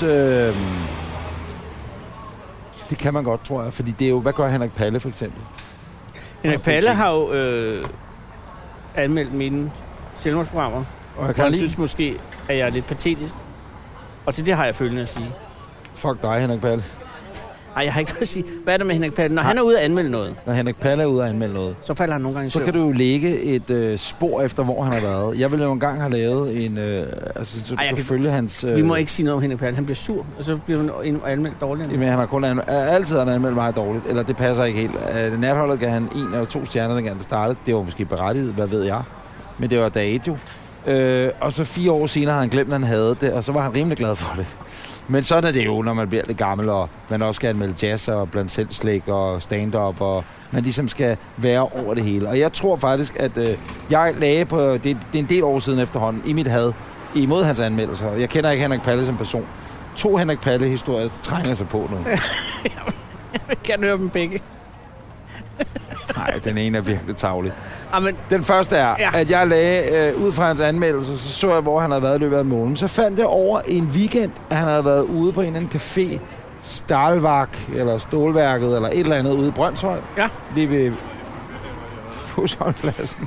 Det kan man godt, tror jeg. Fordi det er jo... Hvad gør Henrik Palle, for eksempel? Henrik Palle har jo anmeldt mine selvmordsprogrammer. Og han synes måske, at jeg er lidt patetisk. Og til det har jeg følgende at sige. Fuck dig, Henrik Palle. Nej, jeg har ikke noget at sige. Hvad er der med Henrik Palle? Når han er ude at anmelde noget. Når Henrik Palle er ude at anmelde noget. Så falder han nogle gange i søvn. Så kan du jo lægge et spor efter, hvor han har været. Jeg ville jo engang have lavet en... så du kan følge hans... Vi må ikke sige noget om Henrik Palle. Han bliver sur, og så bliver han anmeldt dårligt. Men han har kun altid anmeldt meget dårligt. Eller det passer ikke helt. Natholdet gav han 1 eller 2 stjerner, dengang det startede. Det var måske berettiget, hvad ved jeg. Men det var dag 1 jo. Og så 4 år senere havde han glemt, at han havde det. Og så var han rimelig glad for det. Men sådan er det jo, når man bliver lidt gammel, og man også skal anmelde jazz og blandt selv slæg og stand-up, og man ligesom skal være over det hele. Og jeg tror faktisk, at jeg lagde på, det er en del år siden efterhånden, i mit had imod hans anmeldelser. Jeg kender ikke Henrik Palle som person. 2 Henrik Palle-historier trænger sig på nu. Jeg vil gerne høre dem begge. Nej, den ene er virkelig tarvelig. Amen. Den første er, at jeg lagde ud fra hans anmeldelse, så jeg, hvor han havde været i løbet af måneden. Så fandt jeg over en weekend, at han havde været ude på en eller anden café, Stahlværk, eller Stålværket, eller et eller andet ude i Brøndshøj. Ja. Lige ved Fusholmpladsen.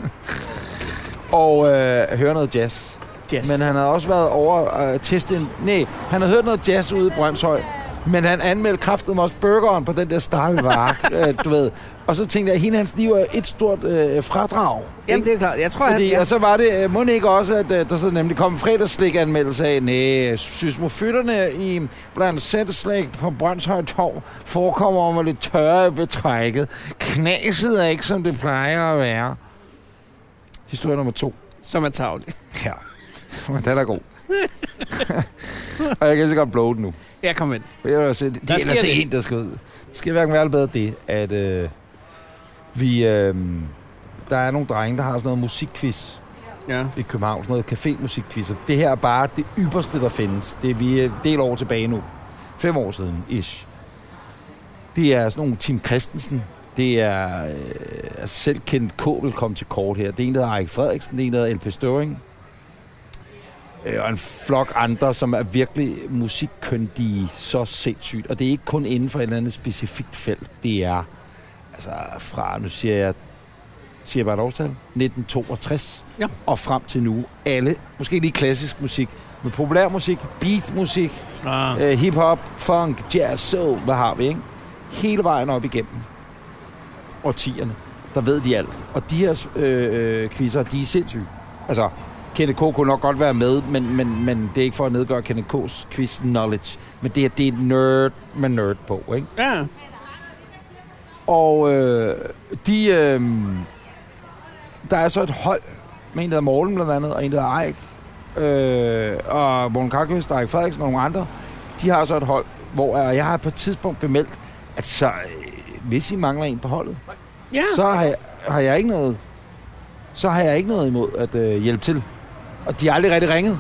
Og høre noget jazz. Men han havde også været over testet han havde hørt noget jazz ude i Brøndshøj. Men han anmeldte kraften også burgeren på den der Stahlværk, du ved. Og så tænkte jeg, at hele hans liv er et stort fradrag. Jamen, det er klart. Jeg tror, og så var det, må ikke også, at der så nemlig kom en fredagsslik-anmeldelse af, sysmofytterne i blandt sætteslæg på Brøndshøj Torv forekommer om lidt tørre betrækket. Knaset er ikke, som det plejer at være. Historie nummer 2. Som er tavlig. Ja. Men den er god. Og jeg kan så godt blow den nu. Ja, kom ind. Det er ellers en, der skal ud. Det skal hverken være bedre det, at der er nogle drenge, der har sådan noget musikquiz i København. Sådan noget café-musikquiz. Det her er bare det ypperste, der findes. Det er vi en del år tilbage nu. 5 år siden, ish. Det er sådan nogle Tim Christensen. Det er selv Kent K. vil komme til kort her. Det er en, der hedder Erik Frederiksen. Det er en, der hedder LP Støring. Og en flok andre, som er virkelig musikkyndige så sindssygt. Og det er ikke kun inden for et eller andet specifikt felt. Det er altså fra, nu siger jeg bare et årstal, 1962 og frem til nu. Alle, måske lige klassisk musik, med populærmusik, beatmusik, hip-hop, funk, jazz, soul, hvad har vi, ikke? Hele vejen op igennem årtierne, der ved de alt. Og de her quizzer, de er sindssyge. Altså, Kenneth K. kunne nok godt være med, men det er ikke for at nedgøre Kenneth K.'s quiz knowledge. Men det er nerd med nerd på, ikke? Ja. Og der er så et hold med en, der hedder Morten blandt andet, og en, der hedder Eik, og Morten Karkløs, Erik Frederiksen og nogle andre. De har så et hold, hvor jeg har på et tidspunkt bemeldt, at så, hvis I mangler en på holdet, så har jeg ikke noget. Så har jeg ikke noget imod at hjælpe til. Og de har aldrig rigtig ringet.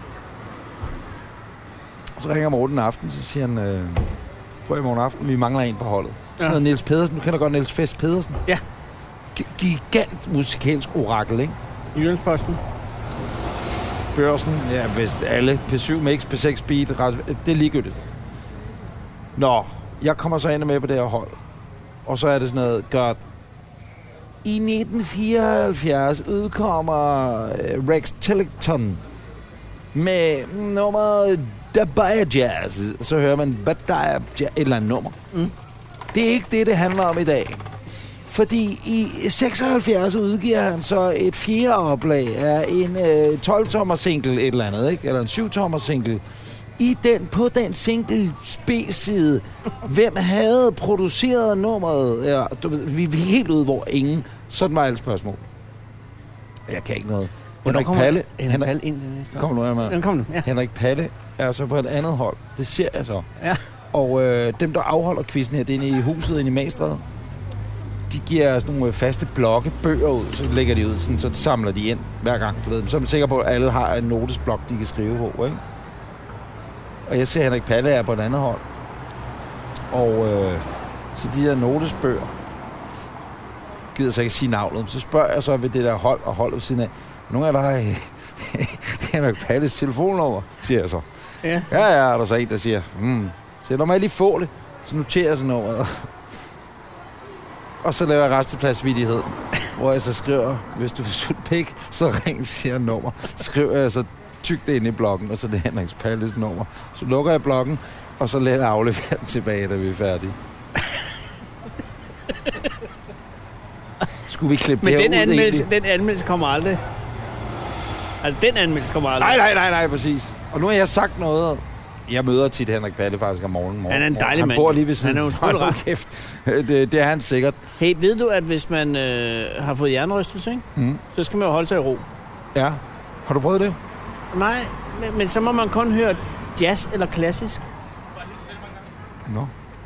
Så ringer Morten en aften, så siger han, prøv i morgen aften, vi mangler en på holdet. Sådan noget Niels Pedersen, du kender godt Niels Fest Pedersen. Ja. Gigant musikalsk orakel, ikke? Jyllandsposten. Børsen, ja, hvis alle P7 Mix, P6 Beat, det er ligegyldigt. Nå, jeg kommer så ind med på det her hold. Og så er det sådan noget godt. I 1974 udkommer Rex Tillington med nummeret Dabaya Jazz. Så hører man Dabaya Jazz, et eller andet nummer. Det er ikke det handler om i dag. Fordi i 76 udgiver han så et 4. oplag af en 12-tommer single, et eller andet, ikke? Eller en 7-tommer single. På den single B-side, hvem havde produceret nummeret? Ja, vi er helt ude, hvor ingen. Sådan var alle spørgsmål. Jeg kan ikke noget. Henrik Palle. Henrik Palle er så på et andet hold. Det ser jeg så. Ja. Og dem, der afholder quizzen her, det er inde i huset inde i Magstræde. De giver sådan nogle faste blokke, bøger ud, så lægger de ud, sådan, så samler de ind hver gang. Du ved. Så er man sikker på, at alle har en notesblok, de kan skrive på, ikke? Og jeg ser Henrik Palle er på et andet hold. Og så de der notesbøger gider så ikke sige navnet. Så spørger jeg så ved det der hold og holdet ved siden af. Nogle af der har Henrik Palles telefonnummer, siger jeg så. Ja. Ja, er der så en, der siger, så lad mig lige få det. Så noterer jeg sådan nummeret. Og så laver jeg restepladsvidighed, hvor jeg så skriver, hvis du vil sutte pik, så ring, siger nummer. Så skriver jeg så tyk det ind i blokken, og så det er Henrik Palles nummer. Så lukker jeg blokken, og så lader jeg aflevere den tilbage, da vi er færdige. Skulle vi klippe men det den her anmeldelse, den anmeldelse kommer aldrig. Altså, den anmeldelse kommer aldrig. Nej, præcis. Og nu har jeg sagt noget. Jeg møder tit Henrik Palle faktisk om morgenen. Han er en dejlig mand. Han bor lige ved siden. Han er utrolig ret. Det er han sikkert. Hey, ved du, at hvis man har fået hjernerystelse, ikke? Så skal man jo holde sig i ro. Ja. Har du prøvet det? Nej, men så må man kun høre jazz eller klassisk. Nå.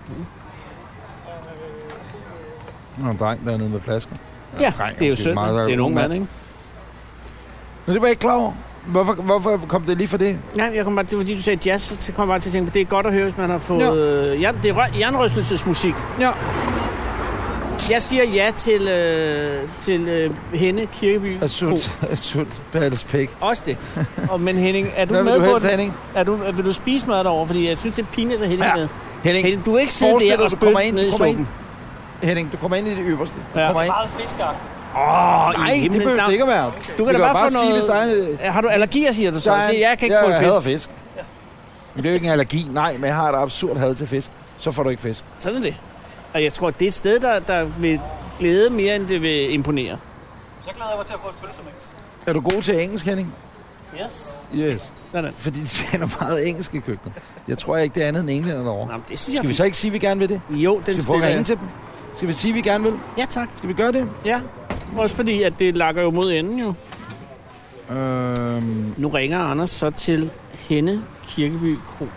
Der er en dreng dernede med flasker. Ja, det er jo synd. Det er en ung mand, ikke? Men det var jeg ikke klar over. Hvorfor kom det lige for det? Nej, jeg kom bare, det var, fordi du sagde jazz, så kom jeg bare til at tænke på, det er godt at høre, hvis man har fået... Ja, det er hjernerystelsesmusik. Ja. Jeg siger ja til Henne Kirkeby. Asut Palles pik. Også det. Men Henning, er du hvad med vil du på helst, Henning? Vil du spise mad derovre? Fordi jeg synes, det er pinligt, at Henning med. Henning, du er ikke sidde der og spytte ned i suppen. Henning, du kommer ind i det øverste. Du kommer ind. Meget fiskere. Nej, det behøver det ikke at være. Du kan da bare få noget... Sige, hvis der er har du allergier, siger du så? Jeg kan ikke få fisk. Jeg hader fisk. Men det er jo ikke en allergi. Nej, men jeg har et absurd had til fisk. Så får du ikke fisk. Sådan er det. Og jeg tror, det er et sted, der vil glæde mere, end det vil imponere. Så glæder jeg mig til at få et pølsemix. Er du god til engelsk, Henning? Yes. Sådan. Fordi de tjener meget engelsk i køkkenet. Jeg tror ikke, det er andet end englænder derovre. Nå, det synes Skal vi så ikke sige, at vi gerne vil det? Jo, den skal vi prøve at ringe til dem? Skal vi sige, at vi gerne vil? Ja, tak. Skal vi gøre det? Ja. Også fordi, at det lakker jo mod enden, jo. Nu ringer Anders så til Henne Kirkeby Kro.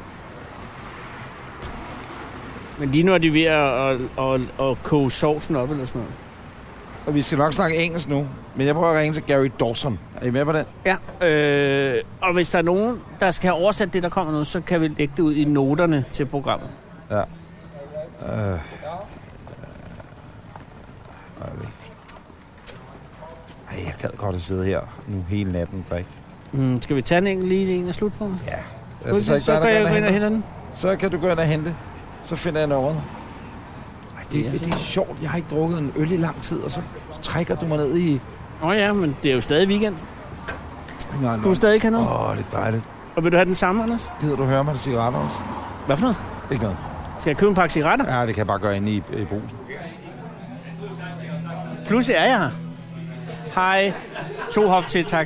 Men lige nu er de ved at koge sovsen op eller sådan noget. Og vi skal nok snakke engelsk nu, men jeg prøver at ringe til Gary Dawson. Er I med på den? Ja, og hvis der er nogen, der skal have oversat det, der kommer nu, så kan vi lægge det ud i noterne til programmet. Ja. Jeg gad godt at sidde her nu hele natten, Brik. Skal vi tage en af slut på? Ja. Så kan jeg gå ind og hente den. Så kan du gå ind og hente. Så finder jeg noget. Det er sjovt. Jeg har ikke drukket en øl i lang tid, og så trækker du mig ned i... Ja, men det er jo stadig weekend. Du stadig have noget? Det er dejligt. Og vil du have den samme, Anders? Gider du høre mig til cigaretter også? Hvad for noget? Ikke noget. Skal jeg købe en pakke cigaretter? Ja, det kan jeg bare gøre inde i brusen. Pludselig er jeg her. Hej. 2 hof til, tak.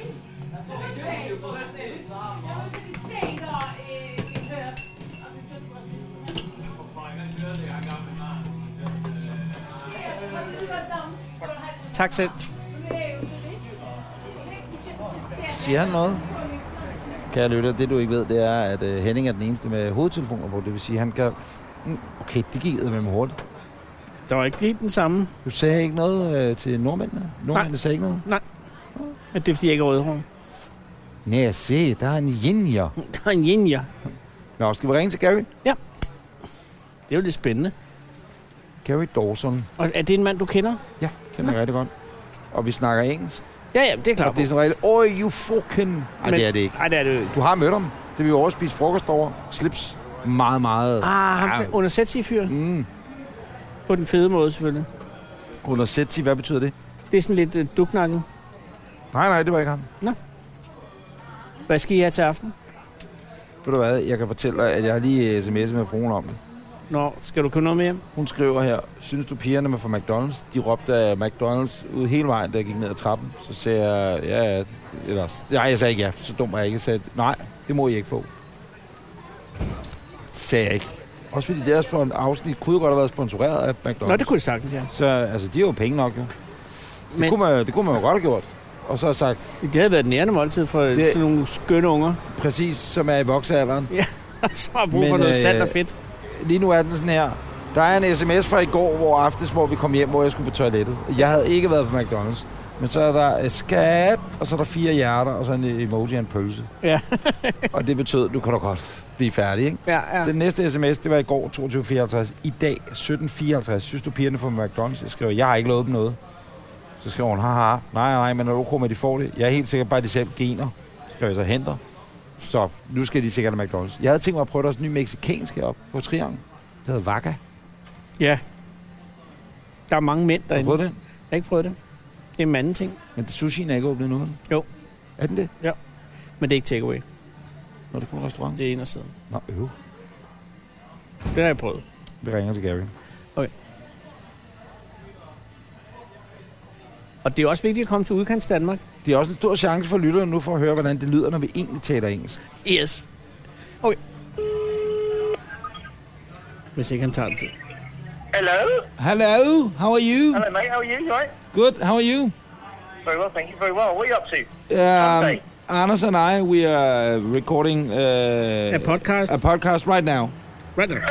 Tak selv. Siger han noget? Kære lytter, det du ikke ved, det er, at Henning er den eneste med hovedtelefoner på. Det vil sige, han kan... Okay, det gik med mig hurtigt. Der var ikke lige den samme. Du sagde ikke noget til nordmændene? Nordmændene sagde ikke noget? Nej. Men det er, fordi jeg ikke er rødhåret. Nej, se, der er en jinja. Der er en jinja. Nå, skal vi ringe til Gary? Ja. Det er jo lidt spændende. Gary Dawson. Og er det en mand, du kender? Ja, kender jeg rigtig godt. Og vi snakker engelsk. Ja, det er klart. Og det er sådan rigtig, you fucking... Nej, det er det ikke. Nej, det er det ikke. Du har mødt ham. Det vil vi overspise frokost over. Slips. Meget. Ham under Setsi-fyren. På den fede måde, selvfølgelig. Under Setsi, hvad betyder det? Det er sådan lidt duknakket. Nej, det var ikke ham. Nå. Hvad skal I have til aften? Ved du hvad, jeg kan fortælle dig, at jeg har lige sms'et med fruen om det. Nå, skal du købe noget med hjem? Hun skriver her, synes du pigerne med fra McDonald's, de råbte af McDonald's ud hele vejen, da jeg gik ned ad trappen. Så sagde jeg, jeg sagde ikke ja, så dum er jeg ikke. Jeg sagde, nej, det må I ikke få. Det sagde jeg ikke. Også fordi deres afsnit kunne godt have været sponsoreret af McDonald's. Nå, det kunne det sagtens, ja. Så altså, de har jo penge nok, jo. Det kunne man jo godt have gjort. Og så har sagt... Det havde været et nærende måltid for sådan nogle skønne unger. Præcis, som er i voksealderen. Ja, så har brug for noget salt og fedt. Lige nu er den sådan her. Der er en sms fra i går, hvor vi kom hjem, hvor jeg skulle på toilettet. Jeg havde ikke været på McDonald's. Men så er der skat, og så er der 4 hjerter, og så en emoji af en pølse. Ja. Og det betød, du kan da godt blive færdig, ikke? Ja. Den næste sms, det var i går 22.54. I dag 17.54. Synes du, pigerne får McDonald's? Jeg skriver, jeg har ikke lovet dem noget. Så skriver hun, haha, nej, men er du okay med, de får det? Jeg er helt sikker på, at de selv gener. Så skriver jeg så henter. Så nu skal de sikkert have McDonald's. Jeg havde tænkt mig at prøve deres nye mexikanske op på Triangel. Det hedder Vaca. Ja. Der er mange mænd derinde. Har du prøvet det? Jeg har ikke prøvet det. Det er en anden ting. Men sushien er ikke åbnet nu? Jo. Er den det? Ja. Men det er ikke takeaway. Nå, det er kun en restaurant? Det er en af siden. Nå, Det har jeg prøvet. Vi ringer til Gary. Okay. Og det er også vigtigt at komme til udkants Danmark. Det er også en stor chance for lytterne nu for at høre, hvordan det lyder, når vi egentlig taler engelsk. Yes. Okay. Hvis ikke han tager det til. Hello, how are you? Hello, mate, how are you? You right? Good, how are you? Very well, thank you, very well. What are you up to? Anders and I, we are recording a podcast right now. Right now.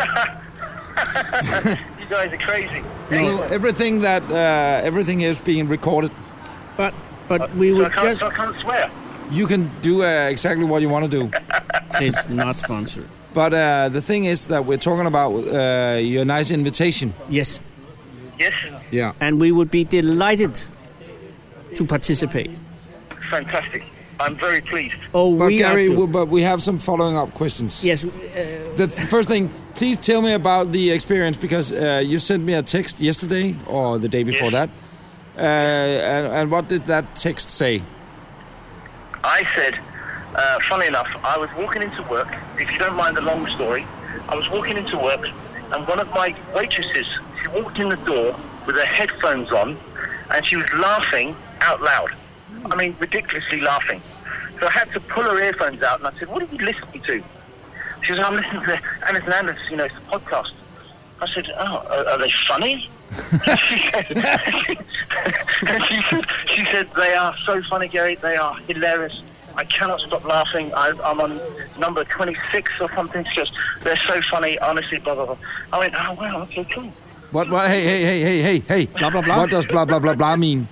You guys are crazy. So everything is being recorded. But we would so I can't swear. You can do exactly what you want to do. It's not sponsored. But the thing is that we're talking about your nice invitation. Yes. Yes? Yeah. And we would be delighted to participate. Fantastic. I'm very pleased. But Gary, we have some following up questions. Yes. The first thing, please tell me about the experience, because you sent me a text yesterday or the day before that. And what did that text say? I said, funny enough, I was walking into work. If you don't mind the long story, I was walking into work, and one of my waitresses, she walked in the door with her headphones on, and she was laughing out loud. I mean, ridiculously laughing. So I had to pull her earphones out, and I said, what are you listening to? She said, I'm listening to Anis and Anders, it's a podcast. I said, are they funny? she said, they are so funny, Gary. They are hilarious. I cannot stop laughing. I'm on number 26 or something. It's just, they're so funny, honestly, blah, blah, blah. I went, oh, wow, okay, cool. What, hey. Blah, blah, blah. What does blah, blah, blah, blah mean?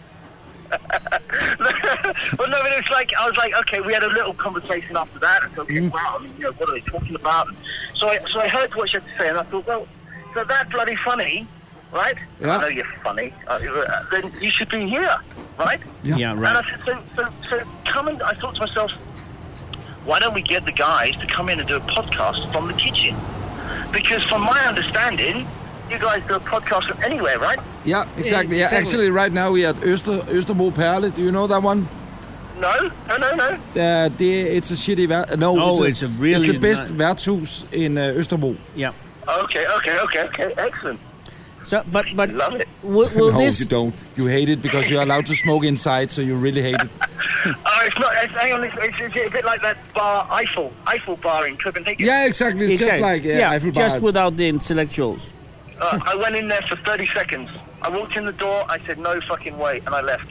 Well, no, but it's like, I was like, okay, we had a little conversation after that. And so, okay, wow, I mean, you know, what are they talking about? So I heard what she had to say, and I thought, well, so that bloody funny, right? Yeah. I know you're funny. Then you should be here, right? Yeah, right. And I said, so come and, I thought to myself, why don't we get the guys to come in and do a podcast from the kitchen? Because from my understanding, you guys do a podcast from anywhere, right? Yeah, exactly. Yeah, actually, right now we are at Østerbro Perle. Do you know that one? No. It's a shitty it's the best værtshus in Østerbro. Yeah. Okay, excellent. So, but Love it. Will No, this? you don't. You hate it because you're allowed to smoke inside, so you really hate it. It's not. Hang on, it's a bit like that bar, Eiffel bar in Copenhagen. Yeah, exactly. It's just like Eiffel Bar. Just without the intellectuals. I went in there for 30 seconds. I walked in the door. I said, "No fucking way," and I left.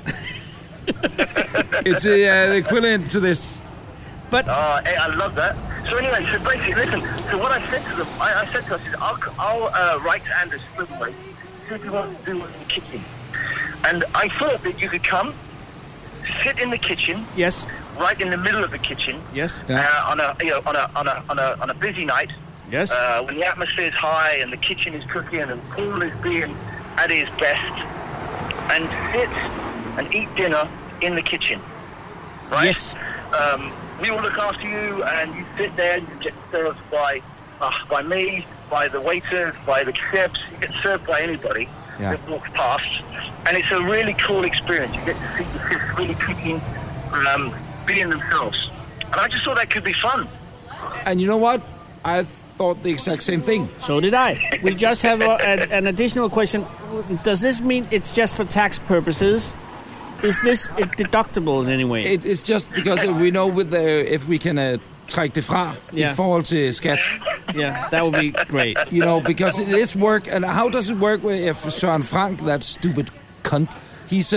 It's the equivalent to this. But I love that. So anyway, so basically, listen. So what I said to them, I said to her, I'll write to Anders Spillenway, see if you want to do it in the kitchen. And I thought that you could come, sit in the kitchen. yes, Right in the middle of the kitchen. yes, On a busy night. yes. When the atmosphere is high and the kitchen is cooking and the pool is being at its best, and sit and eat dinner in the kitchen, right? Yes. We will look after you, and you sit there and you get served by me, by the waiters, by the chefs. You get served by anybody that walks past, and it's a really cool experience. You get to see the chefs really cooking, being themselves, and I just thought that could be fun. And you know what? I thought the exact same thing. So did I. We just have an additional question. Does this mean it's just for tax purposes? Is this deductible in any way? It's just because we know if we can trække det fra i forhold til skat. Yeah, that would be great. You know, because it is work. And how does it work if Søren Frank, that stupid cunt, he's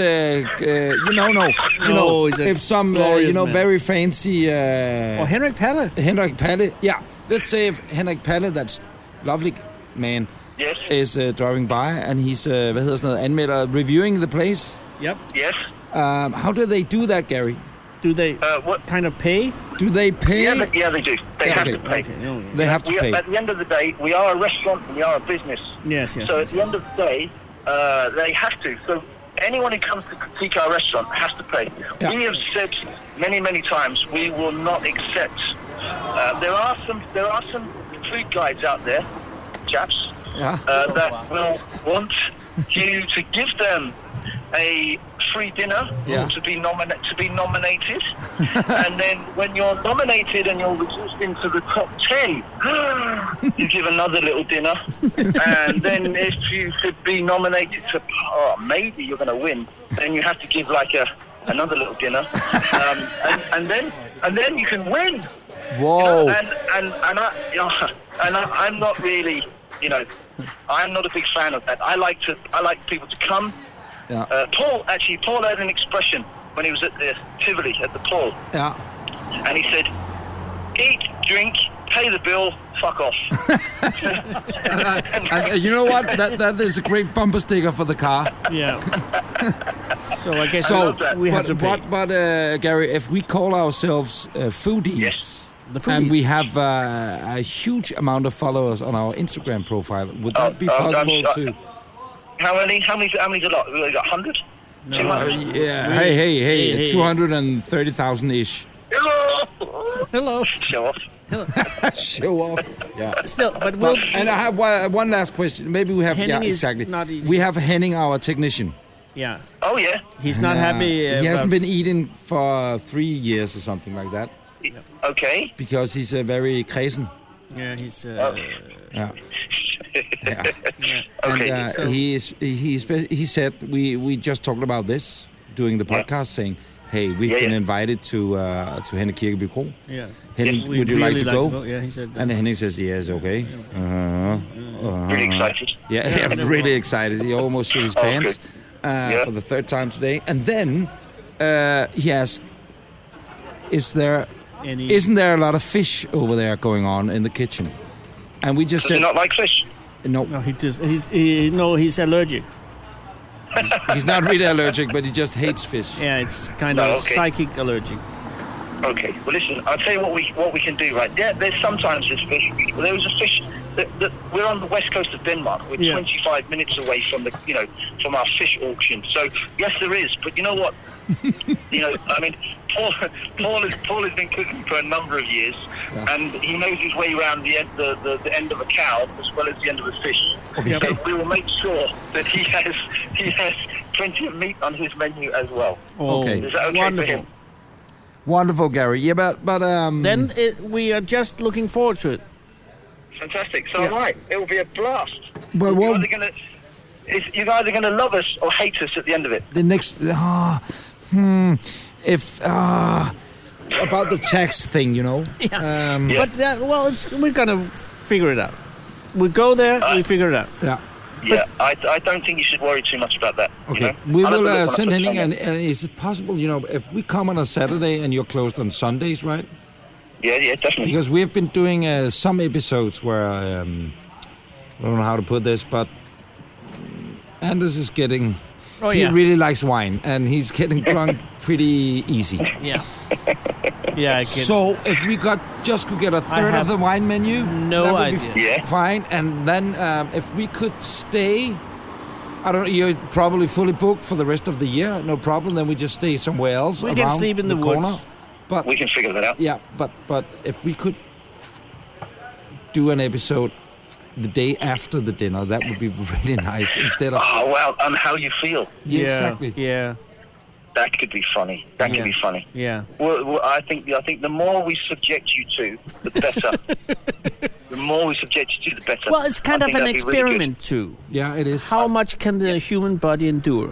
if some very fancy or Henrik Palle. Yeah, let's say if Henrik Palle, that lovely man, is driving by and he's anmelder reviewing the place. Yep. Yes. How do they do that, Gary? Do they what kind of pay? Do they pay? Yeah, they do. They have to pay. Okay. They have to pay. At the end of the day, we are a restaurant and we are a business. Yes. So at the end of the day, they have to. So anyone who comes to critique our restaurant has to pay. Yeah. We have said many, many times we will not accept. There are some food guides out there, chaps, that will want you to give them a free dinner to be nominated, and then when you're nominated and you're reduced into the top 10, you give another little dinner, and then if you could be nominated to, maybe you're going to win, then you have to give like another little dinner, and then you can win. Whoa! I'm not really, I'm not a big fan of that. I like people to come. Yeah. Paul had an expression when he was at the Tivoli at the Paul. Yeah. And he said, "Eat, drink, pay the bill, fuck off." and you know what? That is a great bumper sticker for the car. Yeah. So I guess we have to pay. But Gary, if we call ourselves foodies, and we have a huge amount of followers on our Instagram profile, would that be possible to? How many a lot? We got 100? No. 200? Yeah. Hey. 230,000-ish. Hello. Show off. Show off. Yeah. Still, but and I have one last question. Maybe we have... Henning exactly. Not eating. We have Henning, our technician. Yeah. Oh, yeah. He's not happy. He hasn't been eating for 3 years or something like that. Okay. Because he's very kræsen. Yeah, he's... Yeah. Okay. And he said we just talked about this during the podcast, saying, "Hey, we've been invited to Henning Kirkeby Kro. Yeah. Henning, would you like to go?" Yeah, he said. And Henning says, "Yes, okay." Really excited. Yeah, really excited. He almost shit his pants for the third time today. And then he asked, isn't there a lot of fish over there going on in the kitchen? And we just Does he not like fish? No, he does. He's allergic. He's not really allergic, but he just hates fish. Yeah, it's kind of psychic allergic. Okay. Well, listen. I'll tell you what we can do. Right there. There's sometimes this fish. Well, there was a fish that we're on the west coast of Denmark. We're 25 minutes away from from our fish auction. So yes, there is. But you know what? I mean, Paul has been cooking for a number of years, and he knows his way around the end of a cow as well as the end of a fish. Okay. So we will make sure that he has plenty of meat on his menu as well. Okay. Is that okay Wonderful. for him? Wonderful, Gary. Yeah, but then we are just looking forward to it. Fantastic. So am I. It will be a blast. But you're either going to love us or hate us at the end of it. The next, about the tax thing, Yeah. But we're going to figure it out. We go there, we figure it out. Yeah. Yeah, I don't think you should worry too much about that. Okay. We will send Henning, and is it possible, if we come on a Saturday and you're closed on Sundays, right? Yeah, definitely. Because we've been doing some episodes where, I don't know how to put this, but Anders is getting... he really likes wine, and he's getting drunk pretty easy. Yeah. Yeah, I get So if we could get a third of the wine menu, that would be fine. And then if we could stay, I don't know, you're probably fully booked for the rest of the year, no problem. Then we just stay somewhere else. We can sleep in the corner. woods. But we can figure that out. Yeah, but if we could do an episode the day after the dinner, that would be really nice. Instead of how you feel. Yeah, exactly. Yeah. That could be funny. That could be funny. Yeah. Well, I think the more we subject you to, the better. The more we subject you to, the better. Well, it's kind of an experiment too. Yeah, it is. How much can the human body endure?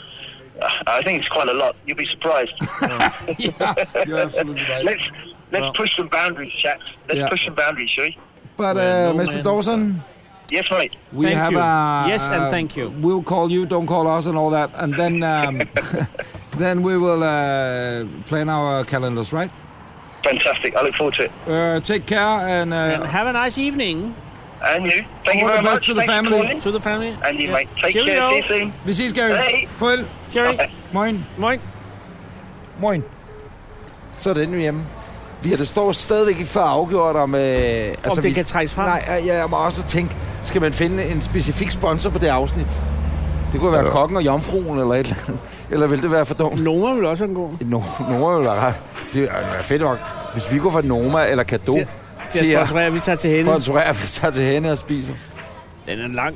I think it's quite a lot. You'll be surprised. Yeah, you're absolutely right. Let's push some boundaries, chaps. Let's push some boundaries, shall we? But Mr. Dawson. Yes, mate. We have yes, and thank you. We'll call you, don't call us, and all that, and then then we will plan our calendars, right? Fantastic. I look forward to it. Take care and have a nice evening. And you. Thank you very much. To the family. To the family. And you, mate. Take care. See you soon. Vi ses, Gary. Hey. Farvel. Jerry. Moin. Moin. Moin. Så er den hjemme. Det står stadigvæk ikke for afgjort om... om det kan trækkes frem? Nej, jeg må også tænke, skal man finde en specifik sponsor på det afsnit? Det kunne være Kokken og Jomfruen eller et eller andet. Eller vil det være for dumt? Noma vil også være en god. Noma vil være ret. Det er fedt nok. Hvis vi går for Noma eller Kado... Til at sponsorere, vi tager til hende. Sponsorere, vi tager til hende og spiser. Den er lang.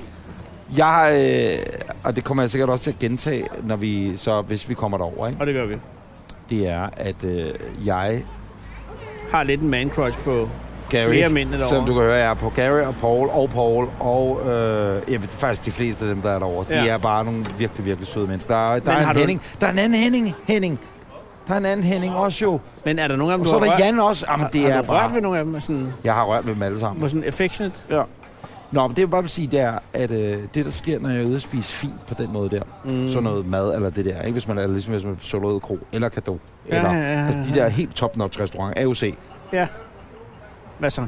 Og det kommer jeg sikkert også til at gentage, hvis vi kommer derover, ikke? Og det gør vi. Det er, at jeg... har lidt en man-crush på Gary, flere mænd derovre. Som du kan høre, jeg er på Gary og Paul og faktisk de fleste af dem, der er derovre. De er bare nogle virkelig, virkelig søde mennesker. Der er en Henning. Der er en anden Henning. Der er en anden Henning også jo. Men er der nogen af dem, du har rørt? Og så er der Jan også. Jamen, det er du rørt ved nogle af dem? Sådan, jeg har rørt ved dem alle sammen. Hvor sådan affectionate? Ja. Nå, men det jeg bare vil sige, det er, at det, der sker, når jeg er ude at spise fint på den måde der, sådan noget mad eller det der, ikke? Hvis man er ligesom hvis man er Solrød Kro eller Kado, eller altså de der helt top-notch restauranter, AOC. Ja. Hvad så?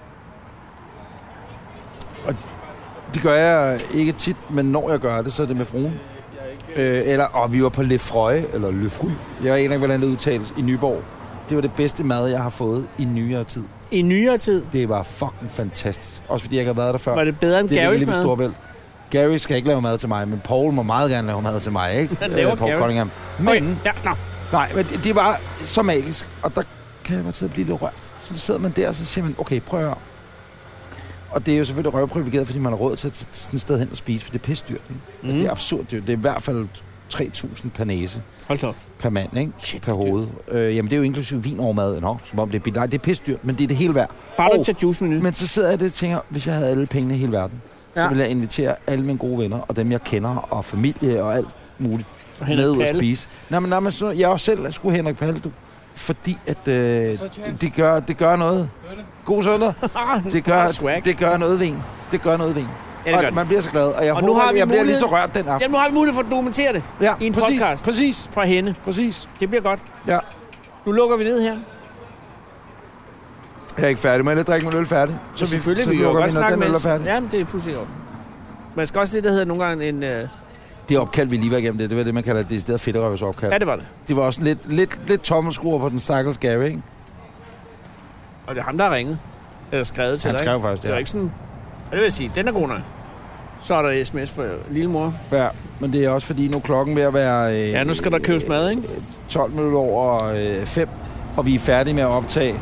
Og det gør jeg ikke tit, men når jeg gør det, så er det med fruen. Vi var på Le Frøje, eller Le Fruy. Jeg ved ikke, hvordan det udtales, i Nyborg. Det var det bedste mad, jeg har fået i nyere tid. I nyere tid? Det var fucking fantastisk. Også fordi jeg ikke har været der før. Var det bedre end Garys mad? Gary skal ikke lave mad til mig, men Paul må meget gerne lave mad til mig, ikke? Paul Cunningham. Men, nej, men det var så magisk, og der kan man til at blive lidt rørt. Så sidder man der, og så siger man, okay, prøv at høre. Og det er jo selvfølgelig røvprivilegeret, fordi man har råd til at sådan et sted hen og spise, for det er pissdyrt, ikke? Altså, det er absurd dyrt. Det er i hvert fald 3.000 per næse. Hold op. Per mand, ikke? Shit, per hoved. Jamen, det er jo inklusive vin over maden, som om det er billigt. Nej, det er pissdyrt, men det er det hele værd. Bare du til juice-menu. Men så sidder jeg og tænker, hvis jeg havde alle pengene i hele verden, så ville jeg invitere alle mine gode venner, og dem jeg kender, og familie, og alt muligt, med at spise. Nej, men så, jeg også selv skulle Henrik Palle, fordi at det gør noget. God søndag. Det gør noget ved en. Det gør noget ved en. Ja, og man bliver så glad, og jeg håber, jeg bliver lige så rørt den aften. Jamen, nu har vi mulighed for at dokumentere det i en podcast. Præcis. Fra hende. Præcis. Det bliver godt. Ja. Nu lukker vi ned her. Jeg er ikke færdig. Må jeg drikke min øl færdig? Så selvfølgelig, vi jo godt snakke med. Ja, det er fuldstændig op. Man skal også det, der hedder nogle gange en... Det opkald, vi lige var igennem det var det, man kalder det stedet fedterøvs opkald. Ja, det var det. Det var også lidt tommelskruer på den stakkels Gary, ikke? Og det er ham, der har ringet. Eller skrevet til dig, Han skrev faktisk, Det var ikke sådan... Ja, det vil jeg sige, den er god nok. Så er der sms for lillemor. Ja, men det er også fordi, nu er klokken ved at være... ja, nu skal der købes mad, ikke? 12 minutter over 5, og vi er færdige med at optage.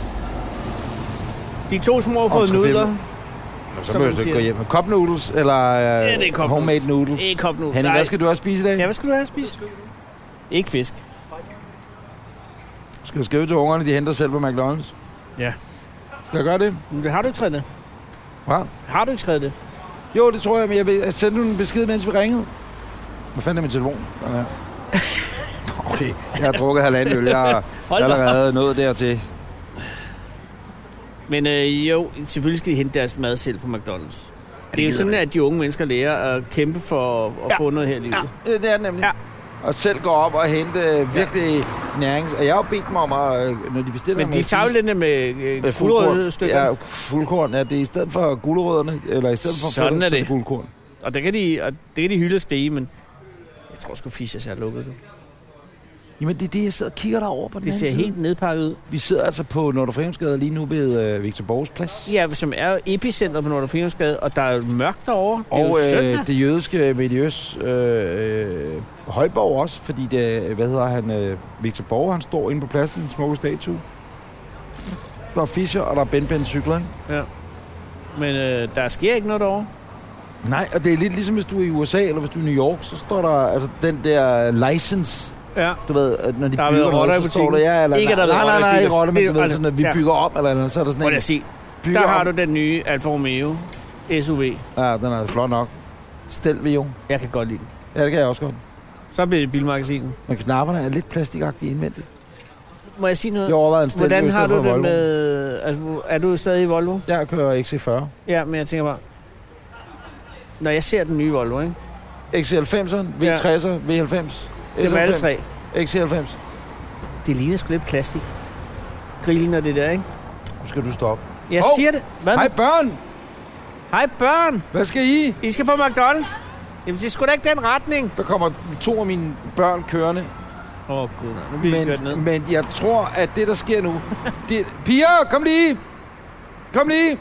De 2 små har fået nudler. Så behøver du ikke gå hjem. Cup noodles, eller homemade noodles? Ikke cup noodles. Henning, hvad skal du også spise i dag? Ja, hvad skal du have at spise? Ikke fisk. Skal du skrive til ungerne, de henter selv på McDonald's? Ja. Skal jeg gøre det? Men har du ikke skrevet det? Hvad? Har du ikke skrevet det? Jo, det tror jeg, men jeg vil sende en besked, mens vi ringede. Hvad fanden er min telefon? Ja. Okay, jeg har drukket halvanden øl. Jeg har allerede nået dertil. Men jo, selvfølgelig skal de hente deres mad selv på McDonald's. Det er jo sådan, at de unge mennesker lærer at kæmpe for at få noget her i livet. Ja, det er det nemlig. Ja. Og selv gå op og hente virkelig nærings... Og jeg har jo bedt dem om, at, når de bestiller... Men de tager jo lidt med gulerødstykker. Ja, fuldkorn. Ja, det er i stedet for gulerødderne, eller i stedet for sådan er det. Guldkorn. Og det kan de hylde og skrige, men jeg tror sgu Fischer er lukket det. Jamen, det er det, jeg sidder og kigger derover på den Det ser side. helt nedpakket ud. Vi sidder altså på Nordre Frihedsgade lige nu ved Victor Borgs plads. Ja, som er epicentret på Nordre Frihedsgade, og der er mørkt derovre. Og det jødiske miljøs Højborg også, fordi det, Victor Borg, han står inde på pladsen, en smukke statue. Der er Fischer, og der er Ben cykler, ikke? Ja. Men der sker ikke noget derovre. Nej, og det er lidt ligesom, hvis du er i USA, eller hvis du er i New York, så står der altså den der license. Ja. Du ved, når de der bygger noget, så står der, ja, eller... Ikke, nej, ikke rotte, men du ved, sådan, at vi bygger op, eller så er der sådan en... Må jeg sige, der har du den nye Alfa Romeo SUV. Ja, den er flot nok. Stelvio. Jeg kan godt lide den. Ja, det kan jeg også godt. Så bliver det bilmagasinet. Men knapperne er lidt plastikagtige indvendigt. Må jeg sige noget? Jeg overvejede en Stelvio. Hvordan har du det med... Altså, er du stadig i Volvo? Jeg kører XC40. Ja, men jeg tænker bare... Når jeg ser den nye Volvo, ikke? XC90'eren, V60'er, V90. Det er alle 3. XC90. Det ligner sgu lidt plastik. Grillen og det der, ikke? Nu skal du stoppe. Jeg siger det. Hvad? Hej børn! Hej børn! Hvad skal I? I skal på McDonald's. Jamen, det er sgu da ikke den retning. Der kommer 2 af mine børn kørende. Gud, nu bliver de kørt ned. Men jeg tror, at det, der sker nu... Piger, kom lige! Kom lige!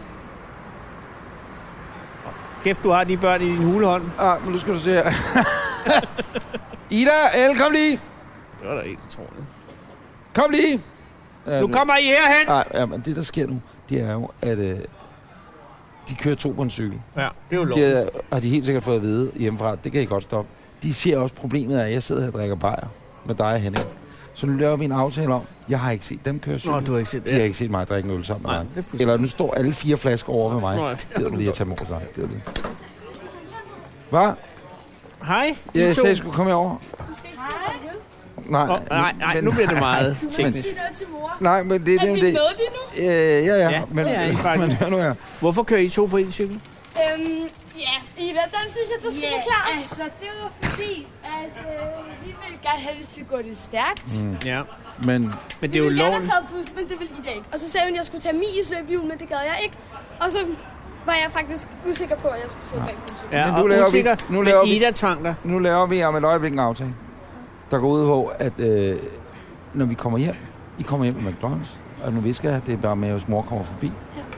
Kæft, du har de børn i din hulehånd. Men nu skal du se her. Ida, Elle, kom lige! Det var da ikke utroligt. Kom lige! Nu kommer I herhen! Nej, ja, men det, der sker nu, det er jo, at de kører 2 på en cykel. Ja, det er jo lovligt. Det har de helt sikkert fået at vide hjemmefra. Det kan I godt stoppe. De ser også problemet af, at jeg sidder her og drikker bajer med dig og Henning. Så nu laver vi en aftale om, jeg har ikke set dem køre cykel. Nå, du har ikke set det. De har ikke set mig drikke en øl sammen med mig. Eller nu står alle 4 flasker over med mig. Gider du lige at tage dem over sig? Hvad? Hej. Jeg sagde, jeg skulle komme herover. Nej, nu bliver det meget teknisk. Nej, men det er det. Med lige nu? Ja. Men nu er jeg. Hvorfor kører I 2 på en cykel? Ja, Ida, den synes jeg, du skal forklare. Altså, det var fordi, at vi ville gerne have, at det skulle gå lidt stærkt. Ja. Men det er jo lovligt. Jeg ville gerne loven. have taget bus, men det ville Ida ikke. Og så sagde hun, at jeg skulle tage Mies løbehjul, men det gad jeg ikke. Og så var jeg faktisk usikker på, at jeg skulle sidde bag på en cykel. Ja, men og usikker, men Ida tvang dig. Nu laver vi om et øjeblik en aftale, der går ud på, at når vi kommer hjem, I kommer hjem med McDonald's, og nu vi skal, det er bare med, at mor kommer forbi,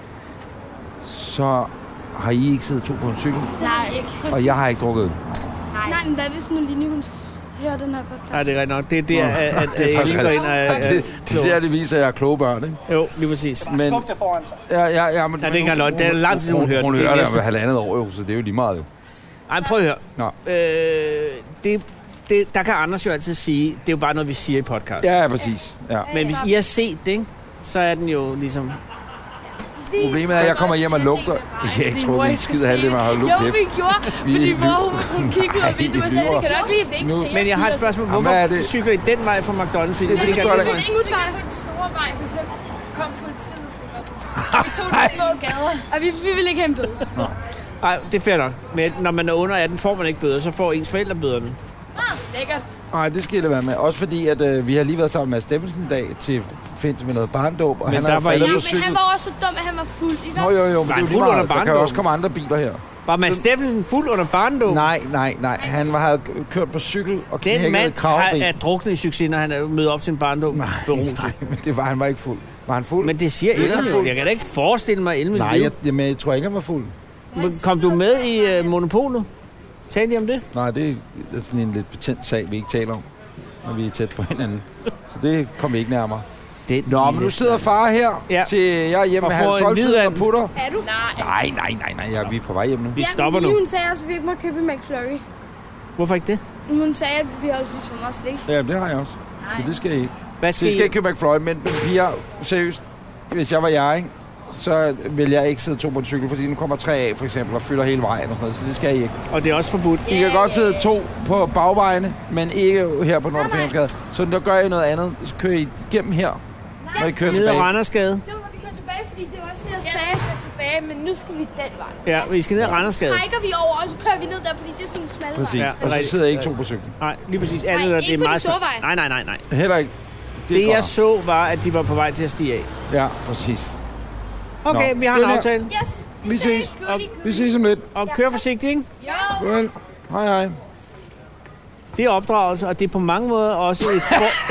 så har I ikke siddet 2 på en cykel. Nej, ikke. Præcis. Og jeg har ikke drukket. Nej, men hvad hvis nu Line, hun hører den her podcast? Nej, det er rigtigt nok. Det er der, at Elin går ind og... Det viser, at jeg er kloge børn, ikke? Jo, lige præcis. Men, skub det foran sig. Ja, men... Ja, det er ikke løgn. Det er lang tid, hun hører Hun hører det om 1,5 år, jo, så det er jo lige meget, jo. Ej, prøv at høre. Nå. Der kan Anders jo altid sige, det er jo bare noget, vi siger i podcast. Ja, præcis. Ja. Men hvis I har set det, så er den jo ligesom... Problemet er, at jeg kommer hjem og lugter. Jeg tror, vi skider halvdelen med at holde lugt. Jo, vi gjorde, fordi hun kiggede ud af vinduet og sagde, det skal nok blive vinkel til. Men jeg har et spørgsmål. Hvorfor cykler I den vej fra McDonald's? Fordi det ligger ikke. Det er ingen vej på den store vej, for så kom politiet sikkert. Vi tog de små gader. Og vi ville ikke have en bøde. Nej, det er fair nok. Men når man er under 18, får man ikke bøder, så får ens forældre bøderne. Lækkert. Nej, det skal det være med. Også fordi, at vi har lige været sammen med Steffensen i dag til findes med noget barndåb. Og men han men han var også så dum, at han var fuld, ikke også? Jo, var han fuld under barndåb? Der kan også komme andre biler her. Var Mads Steffensen fuld under barndåb? Nej. Han havde kørt på cykel og knækket et kravben. Den mand er druknet i succes, når han er mødt op til en barndåb. Nej, men det var han var ikke fuld. Var han fuld? Men det siger Elmel. Jeg kan da ikke forestille mig Elmel. Nej, jeg tror ikke, han var fuld. Kom du med i Monopolet? Talte I om det? Nej, det er sådan en lidt betændt sag, vi ikke taler om, når vi er tæt på hinanden. Så det kommer ikke nærmere. Nå, men nu sidder far her til jeg er hjemme med 12 og putter. Er du? Nej, vi er på vej hjem nu. Vi stopper nu. Hun sagde også, at vi ikke må købe McFlurry. Hvorfor ikke det? Hun sagde, at vi havde spist for meget slik. Ja, det har jeg også. Så det skal I ikke. Hvad skal I? skal ikke købe McFlurry, men piger, seriøst, hvis jeg var jer, ikke? Så vil jeg ikke sidde 2 på en cykel, fordi nu kommer 3 af, for eksempel, og fylder hele vejen og sådan noget, så det skal I ikke. Og det er også forbudt. I kan godt sidde 2 på bagvejene, men ikke her på Nordre Frihavnsgade. Så der gør I noget andet. Så kører I igennem her, når I kører tilbage. Ned ad Randersgade. Jo, vi kører tilbage, fordi det var også det, jeg sagde. Tilbage, men nu skal vi den vej. Ja, vi skal ned ad Randersgade. Så trækker vi over, og så kører vi ned der, fordi det er sådan en smalle vej. Præcis, og så sidder I ikke 2 på cyklen. Nej, lige præcis. Nej, ikke på de store veje. Nej. Heller ikke. Det jeg så, var, at de var på vej til at stige af. Ja, præcis. Okay, vi har en aftale. Yes, vi ses. Vi ses om lidt. Og kør forsigtigt, ikke? Ja. Vel. Hej. Det er opdragelse, og det er på mange måder også et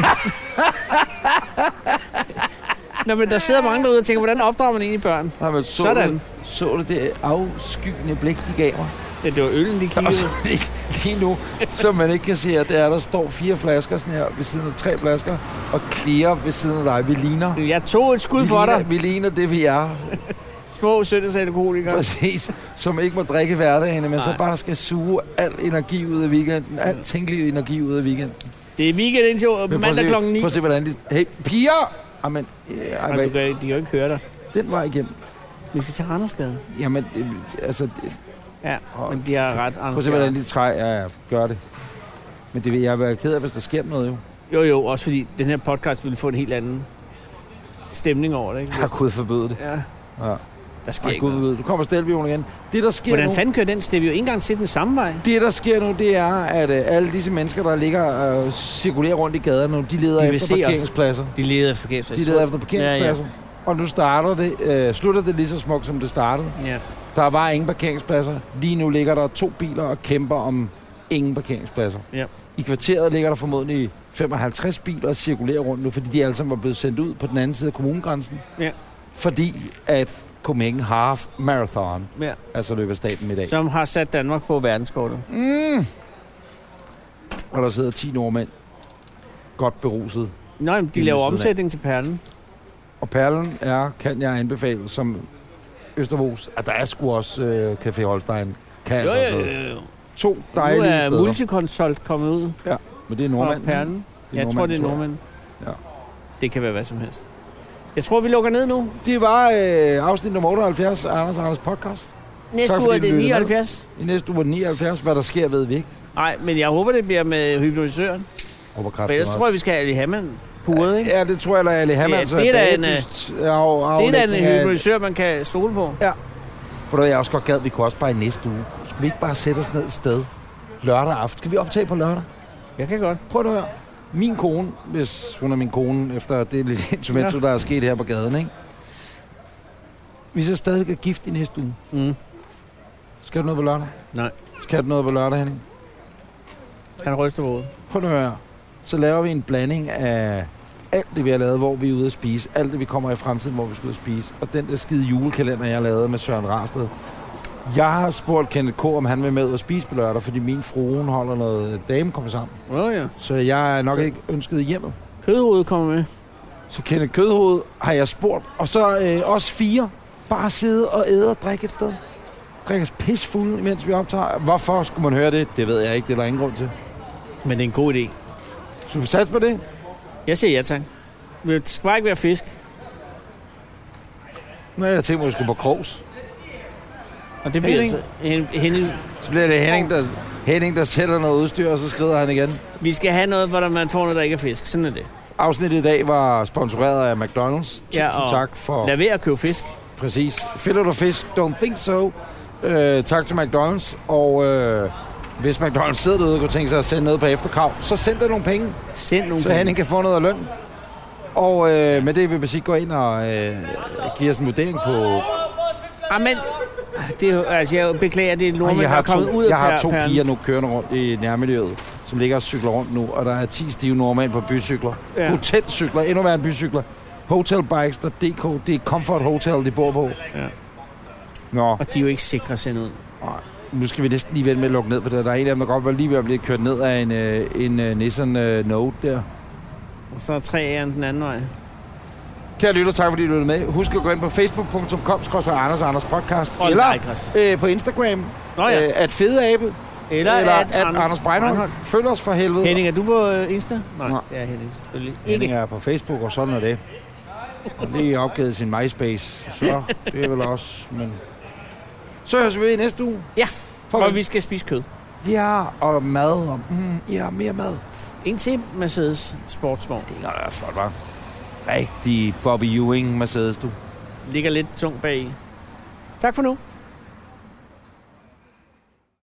Nå, men der sidder mange derude og tænker, hvordan opdrager man egentlig børn? Ja, sådan. Så du det afskyende blik, de gav mig? Ja, det var øllen, de kiggede. Lige nu, som man ikke kan se, at der står 4 flasker sådan her ved siden af 3 flasker, og Clear ved siden af dig. Vi ligner... Jeg tog et skud for dig. Vi ligner det, vi er. Små søndagsalkoholikere. Præcis. Som ikke må drikke hverdagen, men så bare skal suge al energi ud af weekenden. Al tænkelig energi ud af weekenden. Det er weekend indtil mandag klokken 9. Prøv at se, hvordan de... Hey, piger! Amen. De kan jo ikke høre dig. Den var igennem. Vi skal til Randersgade. Jamen, altså... Ja, men de har ret. Prøv at se, hvordan de træer gør det. Men det vil jeg være ked af, hvis der sker noget, jo. Jo, også fordi den her podcast ville få en helt anden stemning over det, ikke? Jeg kunne forbyde det. Ja. Der sker ikke noget. Du kommer Stelvioen igen. Det, der sker hvordan fanden kører den Stelvio? Ikke engang til den samme vej. Det, der sker nu, det er, at alle disse mennesker, der ligger og cirkulerer rundt i gaderne nu, de leder efter parkeringspladser. De leder efter parkeringspladser. Ja. Og nu slutter det lige så smukt, som det startede. Ja. Der var ingen parkeringspladser. Lige nu ligger der 2 biler og kæmper om ingen parkeringspladser. Ja. I kvarteret ligger der formodentlig 55 biler og cirkulerer rundt nu, fordi de alle sammen var blevet sendt ud på den anden side af kommunegrænsen. Ja. Fordi at Copenhagen Half Marathon, altså løber staten i dag. Som har sat Danmark på verdenskortet. Og der sidder 10 nordmænd, godt beruset. Nå, de laver omsætning til Perlen. Og Perlen kan jeg anbefale som Østerbros, at der er sgu også Café Holstein. Jo. 2 dejlige steder. Nu er Multiconsult kommet ud. Ja, men det er nordmænd. Perlen. Jeg tror, det er nordmænd. Ja. Det kan være hvad som helst. Jeg tror, vi lukker ned nu. Det var afsnit nummer 78 af Anders podcast. Næste uge er det 79. I næste uge er det 79. Hvad der sker, ved vi ikke. Nej, men jeg håber, det bliver med hypnotisøren. For ellers tror jeg, vi skal have Ali Hamann puret, ikke? Ja, det tror jeg, der er Ali Hamann. Ja, det er da en hypnotisør, man kan stole på. Ja. For jeg også godt gad, vi kunne også bare i næste uge. Skal vi ikke bare sætte os ned et sted lørdag aften? Skal vi optage på lørdag? Jeg kan godt. Prøv at høre. Min kone, hvis hun er min kone, efter det lidt intermezzo, der er sket her på gaden, ikke? Vi så stadig er gift i næste uge. Skal du noget på lørdag? Nej. Skal du noget på lørdag, Henning? Han ryster på hovedet. Prøv at høre. Så laver vi en blanding af alt det, vi har lavet, hvor vi er ude at spise. Alt det, vi kommer i fremtiden, hvor vi skal ud at spise. Og den der skide julekalender, jeg lavede med Søren Rarsted. Jeg har spurgt Kenneth K., om han vil med ud og spise på lørdag, fordi min frue holder noget damekommer sammen. Ja. Så jeg er nok ikke ønsket i hjemmet. Kødhovedet kommer med. Så Kenneth Kødhoved har jeg spurgt. Og så os 4 bare sidde og æde og drikke et sted. Drikke os pisfulde, mens vi optager. Hvorfor skulle man høre det? Det ved jeg ikke. Det er der ingen grund til. Men det er en god idé. Så vi satser på det? Jeg siger ja, tak. Det skal bare ikke være fisk. Nå, jeg tænkte, at jeg skulle på Krogs. Og det bliver altså Henning. Så bliver det Henning, der sætter noget udstyr, og så skrider han igen. Vi skal have noget, hvor man får noget, der ikke er fisk. Sådan er det. Afsnittet i dag var sponsoreret af McDonald's. Tusind tak for... Lad være at købe fisk. Præcis. Filet og fisk, don't think so. Tak til McDonald's. Og hvis McDonald's sidder derude og kunne tænke sig at sende noget på efterkrav, så send der nogle penge. Så Henning kan få noget af løn. Og med det vil vi sige, gå ind og give os en vurdering på... Amen. Det er jo, altså jeg beklager, det er nordmænd, der er kommet ud af. Jeg har to piger nu kørende rundt i nærmiljøet, som ligger og cykler rundt nu, og der er 10 stive nordmænd på bycykler. Ja. Hotelcykler, endnu værre end bycykler. Hotelbikes.dk, det er Comfort Hotel, de bor på. Ja. Nå. Og de er jo ikke sikre at sende ud. Nej. Nu skal vi næsten lige vende med at lukke ned på det. Der er en af dem, der godt var lige ved at blive kørt ned af en Nissan Note der. Og så er 3 af den anden vej. Kære lytter, tak fordi du lyttede med. Husk at gå ind på facebook.com/Anders podcast. Eller på Instagram. At fedeabe. Eller at Anders Breinholt. Følg os for helvede. Henning, er du på Insta? Nej, det er Henning selvfølgelig. Henning er på Facebook, og sådan er det. Og det er opgivet sin MySpace. Så det er vel også... Men... Så høres vi i næste uge. Ja, for vi skal spise kød. Ja, og mad. Og, mere mad. En til Mercedes sportsvogn. Det er flot, hva'? Rigtig Bobby Ewing Mercedes, du. Ligger lidt tungt bag. Tak for nu.